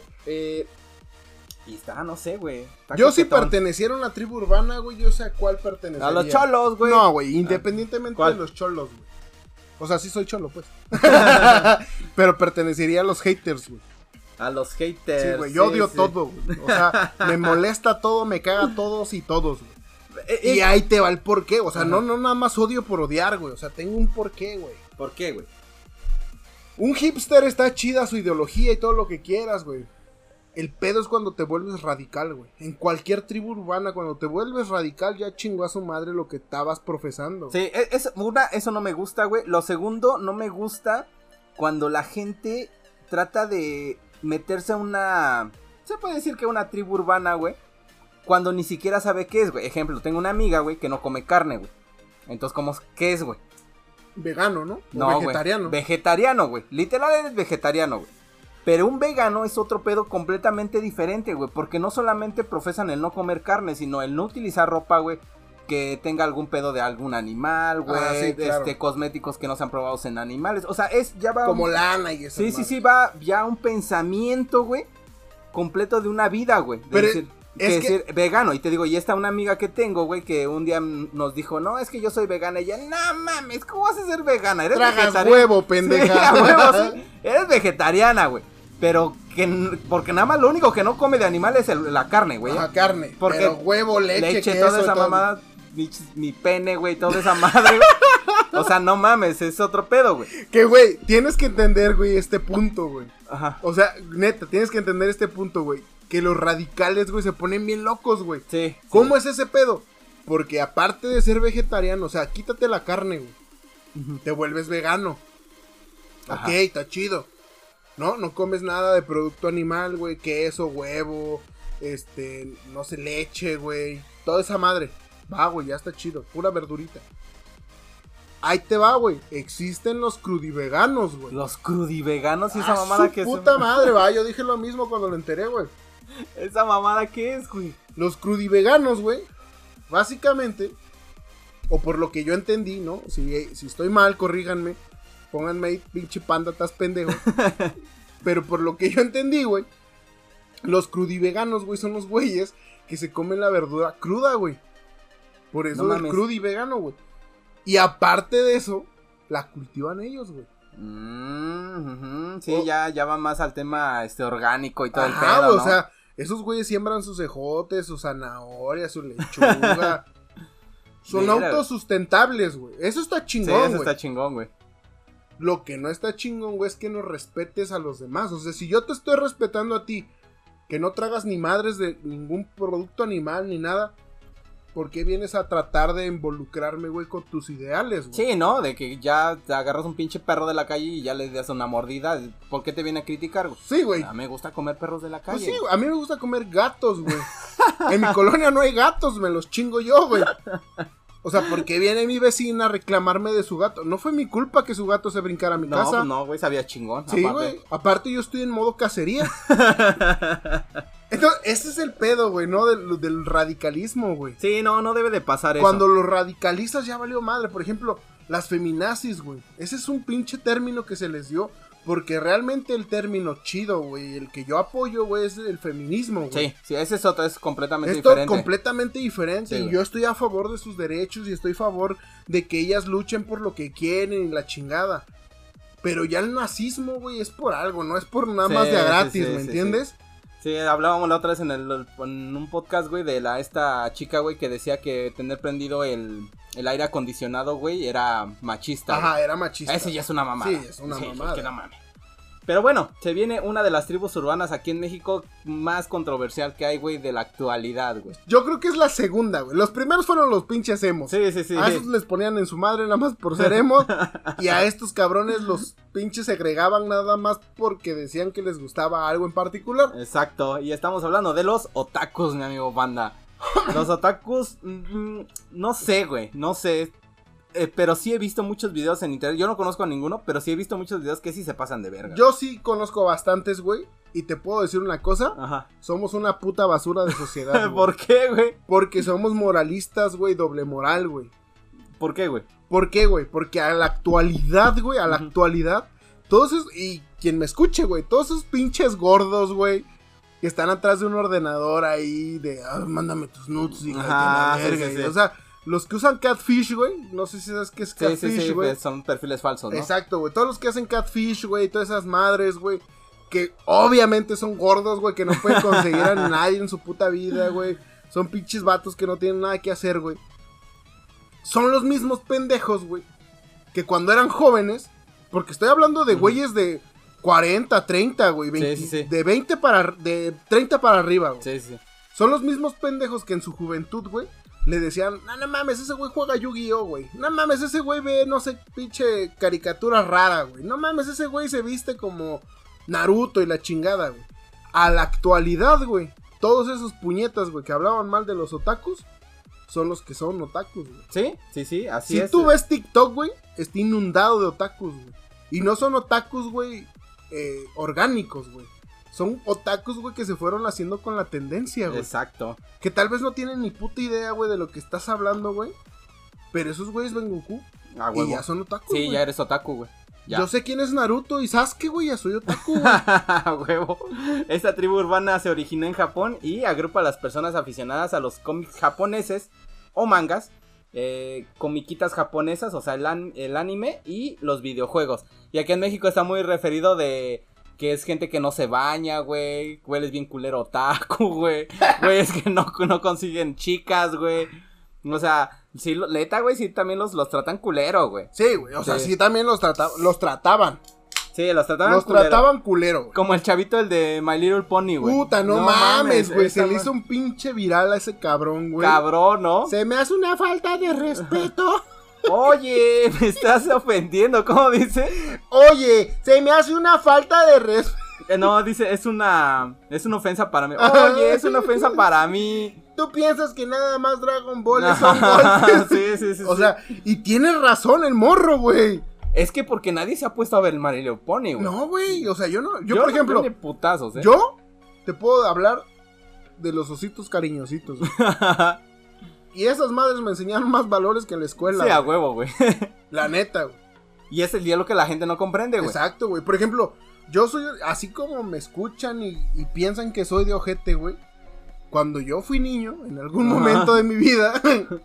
Y está, no sé, güey. Yo si perteneciera a una tribu urbana, güey, yo sé a cuál pertenecería. A los cholos, güey. No, güey, independientemente de los cholos, güey. O sea, sí soy cholo, pues. Pero pertenecería a los haters, güey. A los haters. Sí, güey, yo odio todo, güey. O sea, me molesta todo, me caga todos y todos, güey. Y ahí te va el porqué. O sea, no nada más odio por odiar, güey. O sea, tengo un porqué, güey. ¿Por qué, güey? Un hipster está chida su ideología y todo lo que quieras, güey. El pedo es cuando te vuelves radical, güey. En cualquier tribu urbana, cuando te vuelves radical, ya chingó a su madre lo que estabas profesando. Sí, eso no me gusta, güey. Lo segundo, no me gusta cuando la gente trata de meterse a una... Se puede decir que una tribu urbana, güey, cuando ni siquiera sabe qué es, güey. Ejemplo, tengo una amiga, güey, que no come carne, güey. Entonces, ¿qué es, güey? Vegano, ¿no? No, vegetariano. Güey. Vegetariano, güey. Literal eres vegetariano, güey. Pero un vegano es otro pedo completamente diferente, güey. Porque no solamente profesan el no comer carne, sino el no utilizar ropa, güey, que tenga algún pedo de algún animal, güey. Sí, claro. Cosméticos que no sean probados en animales. O sea, ya va... Como lana y eso. Sí, va ya un pensamiento, güey, completo de una vida, güey. Pero decir vegano. Y te digo, y esta una amiga que tengo, güey, que un día nos dijo, no, es que yo soy vegana. Y ella, no mames, ¿cómo vas a ser vegana? Eres vegetariana. Huevo, pendeja. Sí, a huevo, sí. Eres vegetariana, güey. Pero porque nada más lo único que no come de animal es la carne, güey. La carne. Porque pero huevo, leche, queso, toda esa mamada, mi pene, güey, toda esa madre, güey. O sea, no mames, es otro pedo, güey. Que, güey, tienes que entender, güey, este punto, güey. Ajá. O sea, neta, tienes que entender este punto, güey. Que los radicales, güey, se ponen bien locos, güey. Sí. ¿Cómo es ese pedo? Porque aparte de ser vegetariano, o sea, quítate la carne, güey. Te vuelves vegano. Ajá. Ok, está chido. No comes nada de producto animal, güey. Queso, huevo, no sé, leche, güey. Toda esa madre. Va, güey, ya está chido. Pura verdurita. Ahí te va, güey. Existen los crudiveganos, güey. Los crudiveganos y esa mamada que es. Puta madre, va. Yo dije lo mismo cuando lo enteré, güey. ¿Esa mamada qué es, güey? Los crudiveganos, güey. Básicamente, o por lo que yo entendí, ¿no? Si estoy mal, corríganme. Pónganme ahí, pinche panda, estás pendejo. Pero por lo que yo entendí, güey, los crudiveganos, güey, son los güeyes que se comen la verdura cruda, güey. Por eso es crudivegano, güey. Y aparte de eso, la cultivan ellos, güey. Sí, ya va más al tema orgánico y todo el pedo, ¿no? O sea, esos güeyes siembran sus ejotes, sus zanahorias, su lechuga. Son autosustentables, güey. Eso está chingón, güey. Sí, eso está chingón, güey. Lo que no está chingón, güey, es que no respetes a los demás. O sea, si yo te estoy respetando a ti, que no tragas ni madres de ningún producto animal ni nada, ¿por qué vienes a tratar de involucrarme, güey, con tus ideales, güey? Sí, ¿no? De que ya te agarras un pinche perro de la calle y ya le das una mordida. ¿Por qué te viene a criticar, güey? Sí, güey. A mí me gusta comer perros de la calle. Pues sí, a mí me gusta comer gatos, güey. En mi colonia no hay gatos, me los chingo yo, güey. O sea, ¿por qué viene mi vecina a reclamarme de su gato? No fue mi culpa que su gato se brincara a mi casa. Pues no, güey, sabía chingón. Sí, güey. Aparte yo estoy en modo cacería. Entonces, ese es el pedo, güey, ¿no? Del radicalismo, güey. Sí, no debe de pasar Cuando eso. los radicalistas ya valió madre. Por ejemplo, las feminazis, güey. Ese es un pinche término que se les dio. Porque realmente el término chido, güey, el que yo apoyo, güey, es el feminismo, güey. Sí, ese es otro, es completamente Esto diferente. completamente diferente. Sí, y güey. yo estoy a favor de sus derechos y estoy a favor de que ellas luchen por lo que quieren y la chingada. Pero ya el nazismo, güey, es por algo, no es por nada más de a gratis, ¿me entiendes? Sí, hablábamos la otra vez en un podcast, güey, de esta chica, güey, que decía que tener prendido el aire acondicionado, güey, era machista. Ajá, güey. era machista. Ese ya es una mamada. Sí, es una mamada. Que no mames. Pero bueno, se viene una de las tribus urbanas aquí en México más controversial que hay, güey, de la actualidad, güey. Yo creo que es la segunda, güey. Los primeros fueron los pinches emos. Sí. A esos les ponían en su madre nada más por ser emos. Y a estos cabrones los pinches segregaban nada más porque decían que les gustaba algo en particular. Exacto, y estamos hablando de los otakus, mi amigo Banda. Los otakus, no sé, güey, no sé. Pero sí he visto muchos videos en internet. Yo no conozco a ninguno, pero sí he visto muchos videos que sí se pasan de verga. Yo sí conozco bastantes, güey. Y te puedo decir una cosa. Ajá. Somos una puta basura de sociedad, güey. ¿Por qué, güey? Porque somos moralistas, güey. Doble moral, güey. ¿Por qué, güey? ¿Por qué, güey? Porque a la actualidad, güey. A la actualidad. Todos esos... Y quien me escuche, güey. Todos esos pinches gordos, güey. Que están atrás de un ordenador ahí. De... mándame tus nudes y Ajá, la verga. sí. O sea... Los que usan catfish, güey. No sé si sabes qué es catfish, güey. Sí, son perfiles falsos, ¿no? Exacto, güey. Todos los que hacen catfish, güey. Todas esas madres, güey. Que obviamente son gordos, güey. Que no pueden conseguir a nadie en su puta vida, güey. Son pinches vatos que no tienen nada que hacer, güey. Son los mismos pendejos, güey. Que cuando eran jóvenes. Porque estoy hablando de güeyes de 40, 30, güey. Sí. De 30 para arriba, güey. Sí. Son los mismos pendejos que en su juventud, güey. Le decían, no mames, ese güey juega Yu-Gi-Oh, güey. No mames, ese güey ve, no sé, pinche caricatura rara, güey. No mames, ese güey se viste como Naruto y la chingada, güey. A la actualidad, güey, todos esos puñetas, güey, que hablaban mal de los otakus, son los que son otakus, güey. Sí, así Si es. tú ves TikTok, güey, está inundado de otakus, güey. Y no son otakus, güey, orgánicos, güey. Son otakus, güey, que se fueron haciendo con la tendencia, güey. Exacto. Que tal vez no tienen ni puta idea, güey, de lo que estás hablando, güey. Pero esos güeyes ven Goku. A huevo. Y ya son otakus, Sí, güey. ya eres otaku, güey. Ya. Yo sé quién es Naruto y Sasuke, güey, ya soy otaku, güey. A huevo. Esta tribu urbana se originó en Japón y agrupa a las personas aficionadas a los cómics japoneses o mangas, comiquitas japonesas, o sea, el anime y los videojuegos. Y aquí en México está muy referido de... que es gente que no se baña, güey. Güey, es bien culero otaku, güey. Güey, es que no consiguen chicas, güey. O sea, sí, neta, güey, sí también los tratan culero, güey. Sí, güey, o sea, sí también los trataban. Sí, los trataban Los culero. trataban culero, güey. Como el chavito, el de My Little Pony, güey. Puta, no mames, güey. Se esa le hizo un pinche viral a ese cabrón, güey. Cabrón, ¿no? Se me hace una falta de respeto. Oye, me estás ofendiendo, ¿cómo dice? Oye, se me hace una falta de respeto. No, dice, es una ofensa para mí. Oye, es una ofensa para mí. ¿Tú piensas que nada más Dragon Ball son golpes? Sí. O sea, y tienes razón el morro, güey. Es que porque nadie se ha puesto a ver el My Little Pony, güey. No, güey, o sea, yo no. Yo, no por ejemplo, veo ni putazos, yo te puedo hablar de los ositos cariñositos, güey. Y esas madres me enseñaron más valores que en la escuela. Sí, a güey. huevo, güey. La neta, güey. Y es el diálogo que la gente no comprende, güey. Exacto, güey. Por ejemplo, yo soy, así como me escuchan y piensan que soy de ojete, güey. Cuando yo fui niño, en algún momento de mi vida,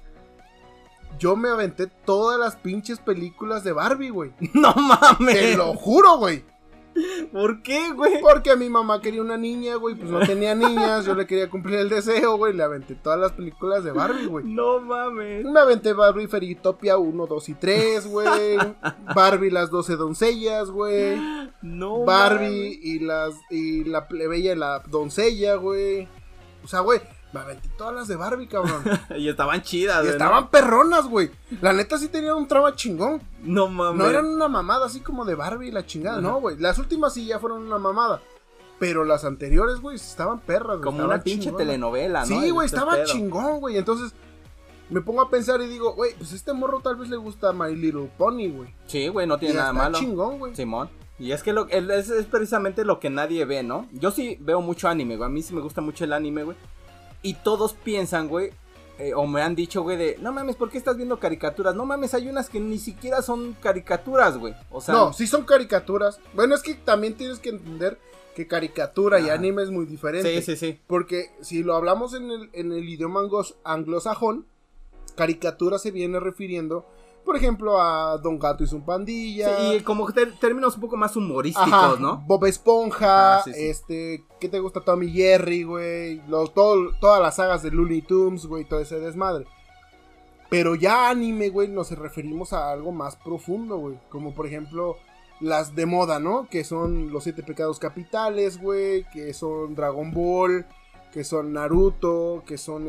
yo me aventé todas las pinches películas de Barbie, güey. No mames. Te lo juro, güey. ¿Por qué, güey? Porque mi mamá quería una niña, güey, pues no tenía niñas, yo le quería cumplir el deseo, güey, le aventé todas las películas de Barbie, güey. No mames. Me aventé Barbie Fairytopia 1, 2 y 3, güey. Barbie las 12 doncellas, güey. No Barbie mames. y la plebeya y la doncella, güey. O sea, güey, me aventé todas las de Barbie, cabrón. Y estaban chidas, Y güey. estaban perronas, güey. La neta sí tenían un trama chingón. No mames. No eran una mamada así como de Barbie y la chingada, no, güey. Las últimas sí ya fueron una mamada. Pero las anteriores, güey, estaban perras, güey. Como estaban una pinche chingonas. telenovela, ¿no? Sí, güey, Este estaba pedo. chingón, güey. Entonces, me pongo a pensar y digo, güey, pues este morro tal vez le gusta My Little Pony, güey. Sí, güey, no Y tiene nada está malo. chingón, güey. Simón. Y es que es precisamente lo que nadie ve, ¿no? Yo sí veo mucho anime, güey. A mí sí me gusta mucho el anime, güey. Y todos piensan, güey, o me han dicho, güey, de, no mames, ¿por qué estás viendo caricaturas? No mames, hay unas que ni siquiera son caricaturas, güey. O sea, No, sí son caricaturas. Bueno, es que también tienes que entender que caricatura y anime es muy diferente. Sí, sí, sí. Porque si lo hablamos en el idioma anglosajón, caricatura se viene refiriendo, por ejemplo, a Don Gato y su pandilla. Sí, y como términos un poco más humorísticos, Ajá, ¿no? Bob Esponja, Sí, sí. ¿qué te gusta? Tommy Jerry, güey, todas las sagas de Looney Tunes, güey, todo ese desmadre. Pero ya anime, güey, nos referimos a algo más profundo, güey, como por ejemplo las de moda, ¿no? Que son los 7 pecados capitales, güey, que son Dragon Ball, que son Naruto, que son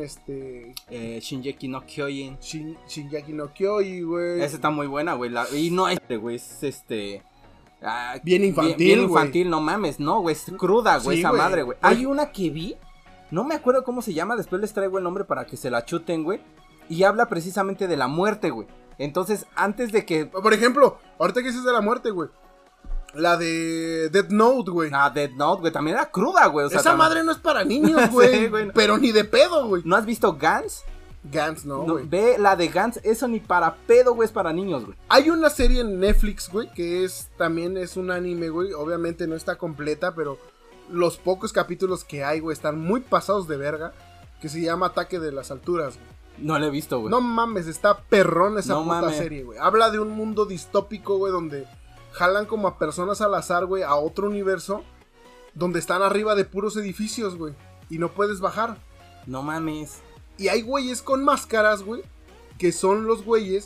Shingeki no Kyojin. Shingeki no Kyojin, güey. Esa está muy buena, güey. Y no güey, es Bien infantil, bien güey. infantil, no mames, no, güey, es cruda, güey, Sí, esa güey. madre, güey. Hay una que vi, no me acuerdo cómo se llama, después les traigo el nombre para que se la chuten, güey. Y habla precisamente de la muerte, güey. Entonces, antes de que... Por ejemplo, ahorita que dices de la muerte, güey. La de Death Note, güey. Death Note, güey, también era cruda, güey. O sea, Esa madre no es para niños, güey. Sí, güey. Pero ni de pedo, güey. ¿No has visto Gantz? Gantz, no, No, güey. ve la de Gantz, eso ni para pedo, güey, es para niños, güey. Hay una serie en Netflix, güey, que también es un anime, güey. Obviamente no está completa, pero los pocos capítulos que hay, güey, están muy pasados de verga. Que se llama Ataque de las Alturas, güey. No la he visto, güey. No mames, está perrón esa No puta mames. serie, güey. Habla de un mundo distópico, güey, donde jalan como a personas al azar, güey, a otro universo. Donde están arriba de puros edificios, güey. Y no puedes bajar. No mames. Y hay güeyes con máscaras, güey, que son los güeyes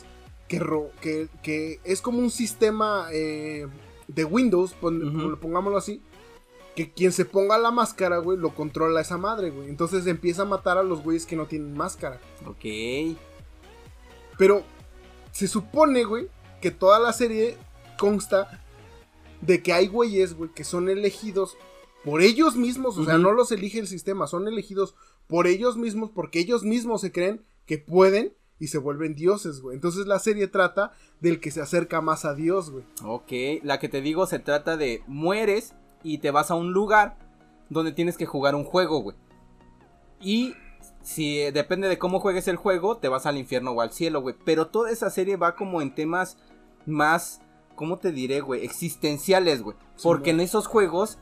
que es como un sistema de Windows, pongámoslo así, que quien se ponga la máscara, güey, lo controla esa madre, güey. Entonces empieza a matar a los güeyes que no tienen máscara. Ok. Pero se supone, güey, que toda la serie consta de que hay güeyes, güey, que son elegidos por ellos mismos, o sea, no los elige el sistema, son elegidos por ellos mismos porque ellos mismos se creen que pueden y se vuelven dioses, güey. Entonces la serie trata del que se acerca más a Dios, güey. Ok, la que te digo se trata de mueres y te vas a un lugar donde tienes que jugar un juego, güey. Y si depende de cómo juegues el juego, te vas al infierno o al cielo, güey. Pero toda esa serie va como en temas más, ¿cómo te diré, güey? Existenciales, güey. Porque en esos juegos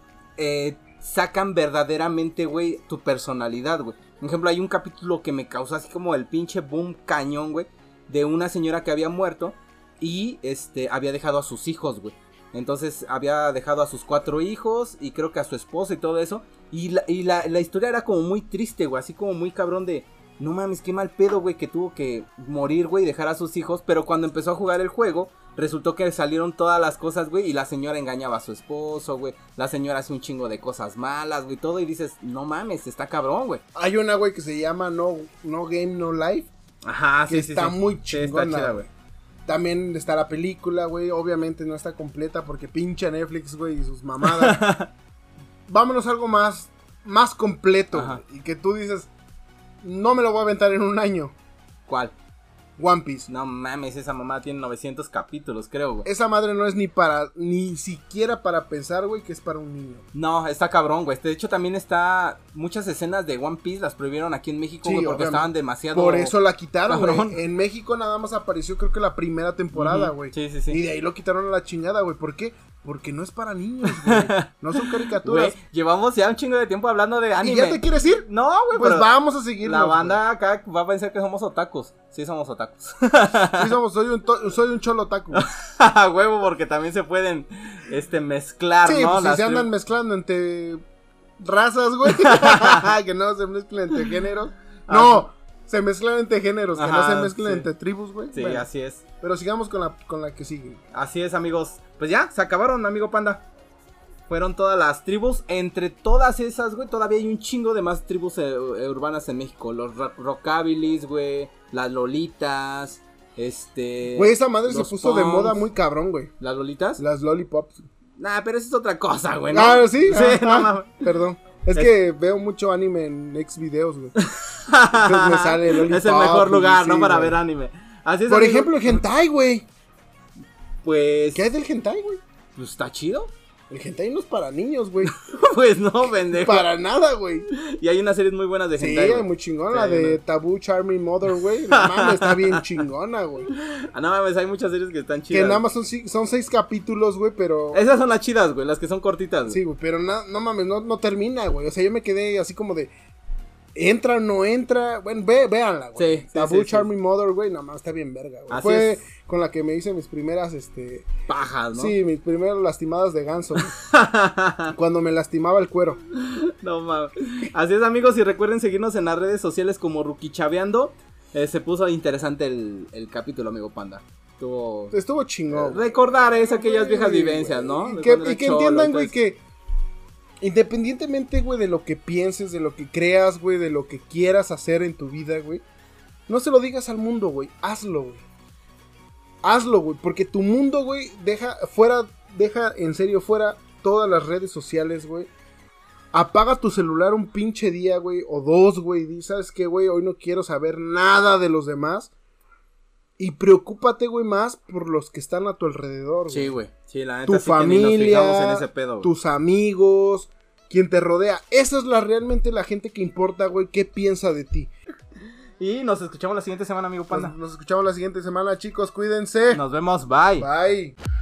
sacan verdaderamente, güey, tu personalidad, güey. Por ejemplo, hay un capítulo que me causó así como el pinche boom cañón, güey, de una señora que había muerto y había dejado a sus hijos, güey. Entonces había dejado a sus 4 hijos y creo que a su esposa y todo eso. Y la historia era como muy triste, güey, así como muy cabrón de... No mames, qué mal pedo, güey, que tuvo que morir, güey, y dejar a sus hijos. Pero cuando empezó a jugar el juego, resultó que salieron todas las cosas, güey. Y la señora engañaba a su esposo, güey. La señora hace un chingo de cosas malas, güey, todo. Y dices, no mames, está cabrón, güey. Hay una, güey, que se llama No Game, No Life. Ajá, que está muy chingona, está chida, güey. También está la película, güey. Obviamente no está completa porque pinche Netflix, güey, y sus mamadas. Vámonos a algo más completo, güey, y que tú dices... No me lo voy a aventar en un año. ¿Cuál? One Piece. No mames, esa mamá tiene 900 capítulos, creo, güey. Esa madre no es ni siquiera para pensar, güey, que es para un niño. No, está cabrón, güey. De hecho, también está... Muchas escenas de One Piece las prohibieron aquí en México, güey, porque estaban demasiado... Por eso la quitaron, cabrón. güey. En México nada más apareció, creo que la primera temporada, güey. Sí, sí, sí. Y de ahí lo quitaron a la chingada, güey. ¿Por qué? Porque no es para niños, güey. No son caricaturas. Güey, llevamos ya un chingo de tiempo hablando de anime. ¿Y ya te quieres ir? No, güey, Pues pero vamos a seguir. la banda acá va a pensar que somos otakus. Sí, somos otakus. Sí, soy un cholo otaku. Huevo, porque también se pueden mezclar, sí, ¿no? Pues si se andan mezclando entre razas, güey. Que no se mezclen entre géneros. No, se mezclan entre géneros, que no se mezclen entre tribus, güey. Sí, bueno, así es. Pero sigamos con la que sigue. Así es, amigos. Pues ya, se acabaron, amigo Panda. Fueron todas las tribus. Entre todas esas, güey, todavía hay un chingo de más tribus urbanas en México. Los rockabilis, güey. Las lolitas. Güey, esa madre se puso de moda muy cabrón, güey. ¿Las lolitas? Las lollipops. Nah, pero eso es otra cosa, güey, ¿no? Ah, ¿sí? Sí, no mames. Perdón. Es que veo mucho anime en Xvideos, güey. Entonces me sale Lollipop. Es el mejor lugar, sí, ¿no? Para güey. ver anime. Así es, Por amigo. ejemplo, el hentai, güey. Pues... ¿Qué hay del hentai, güey? Pues está chido. El hentai no es para niños, güey. Pues no, pendejo. Para nada, güey. Y hay unas series muy buenas de hentai, Sí, güey. muy chingona. Sí, La de una... Taboo Charming Mother, güey. No mames, está bien chingona, güey. Ah, no mames, hay muchas series que están chidas. Que nada más son 6 capítulos, güey, pero... Esas son las chidas, güey, las que son cortitas, güey. Sí, güey, pero no mames, no termina, güey. O sea, yo me quedé así como de... ¿Entra o no entra? Bueno, véanla, güey. Sí, Taboo sí. Charming Mother, güey, nada más está bien verga, güey. Así Fue es. con la que me hice mis primeras, Pajas, ¿no? Sí, mis primeras lastimadas de ganso, güey. Cuando me lastimaba el cuero. No mames. Así es, amigos, y recuerden seguirnos en las redes sociales como Rukichaveando. Se puso interesante el capítulo, amigo Panda. Estuvo chingón. Recordar aquellas viejas Güey, vivencias, ¿no? Y De que cuando era entiendan, cholo, güey, entonces... que independientemente, güey, de lo que pienses, de lo que creas, güey, de lo que quieras hacer en tu vida, güey, no se lo digas al mundo, güey, hazlo, güey. Hazlo, güey, porque tu mundo, güey, deja en serio fuera todas las redes sociales, güey. Apaga tu celular un pinche día, güey, o 2, güey, y ¿sabes qué, güey? Hoy no quiero saber nada de los demás. Y preocúpate, güey, más por los que están a tu alrededor, güey. Sí, güey. Sí, la neta Tu sí que ni nos familia, fijamos en ese pedo, güey. tus amigos, quien te rodea. Esa es realmente la gente que importa, güey, qué piensa de ti. Y nos escuchamos la siguiente semana, amigo Panda. Nos escuchamos la siguiente semana, chicos, cuídense. Nos vemos, bye. Bye.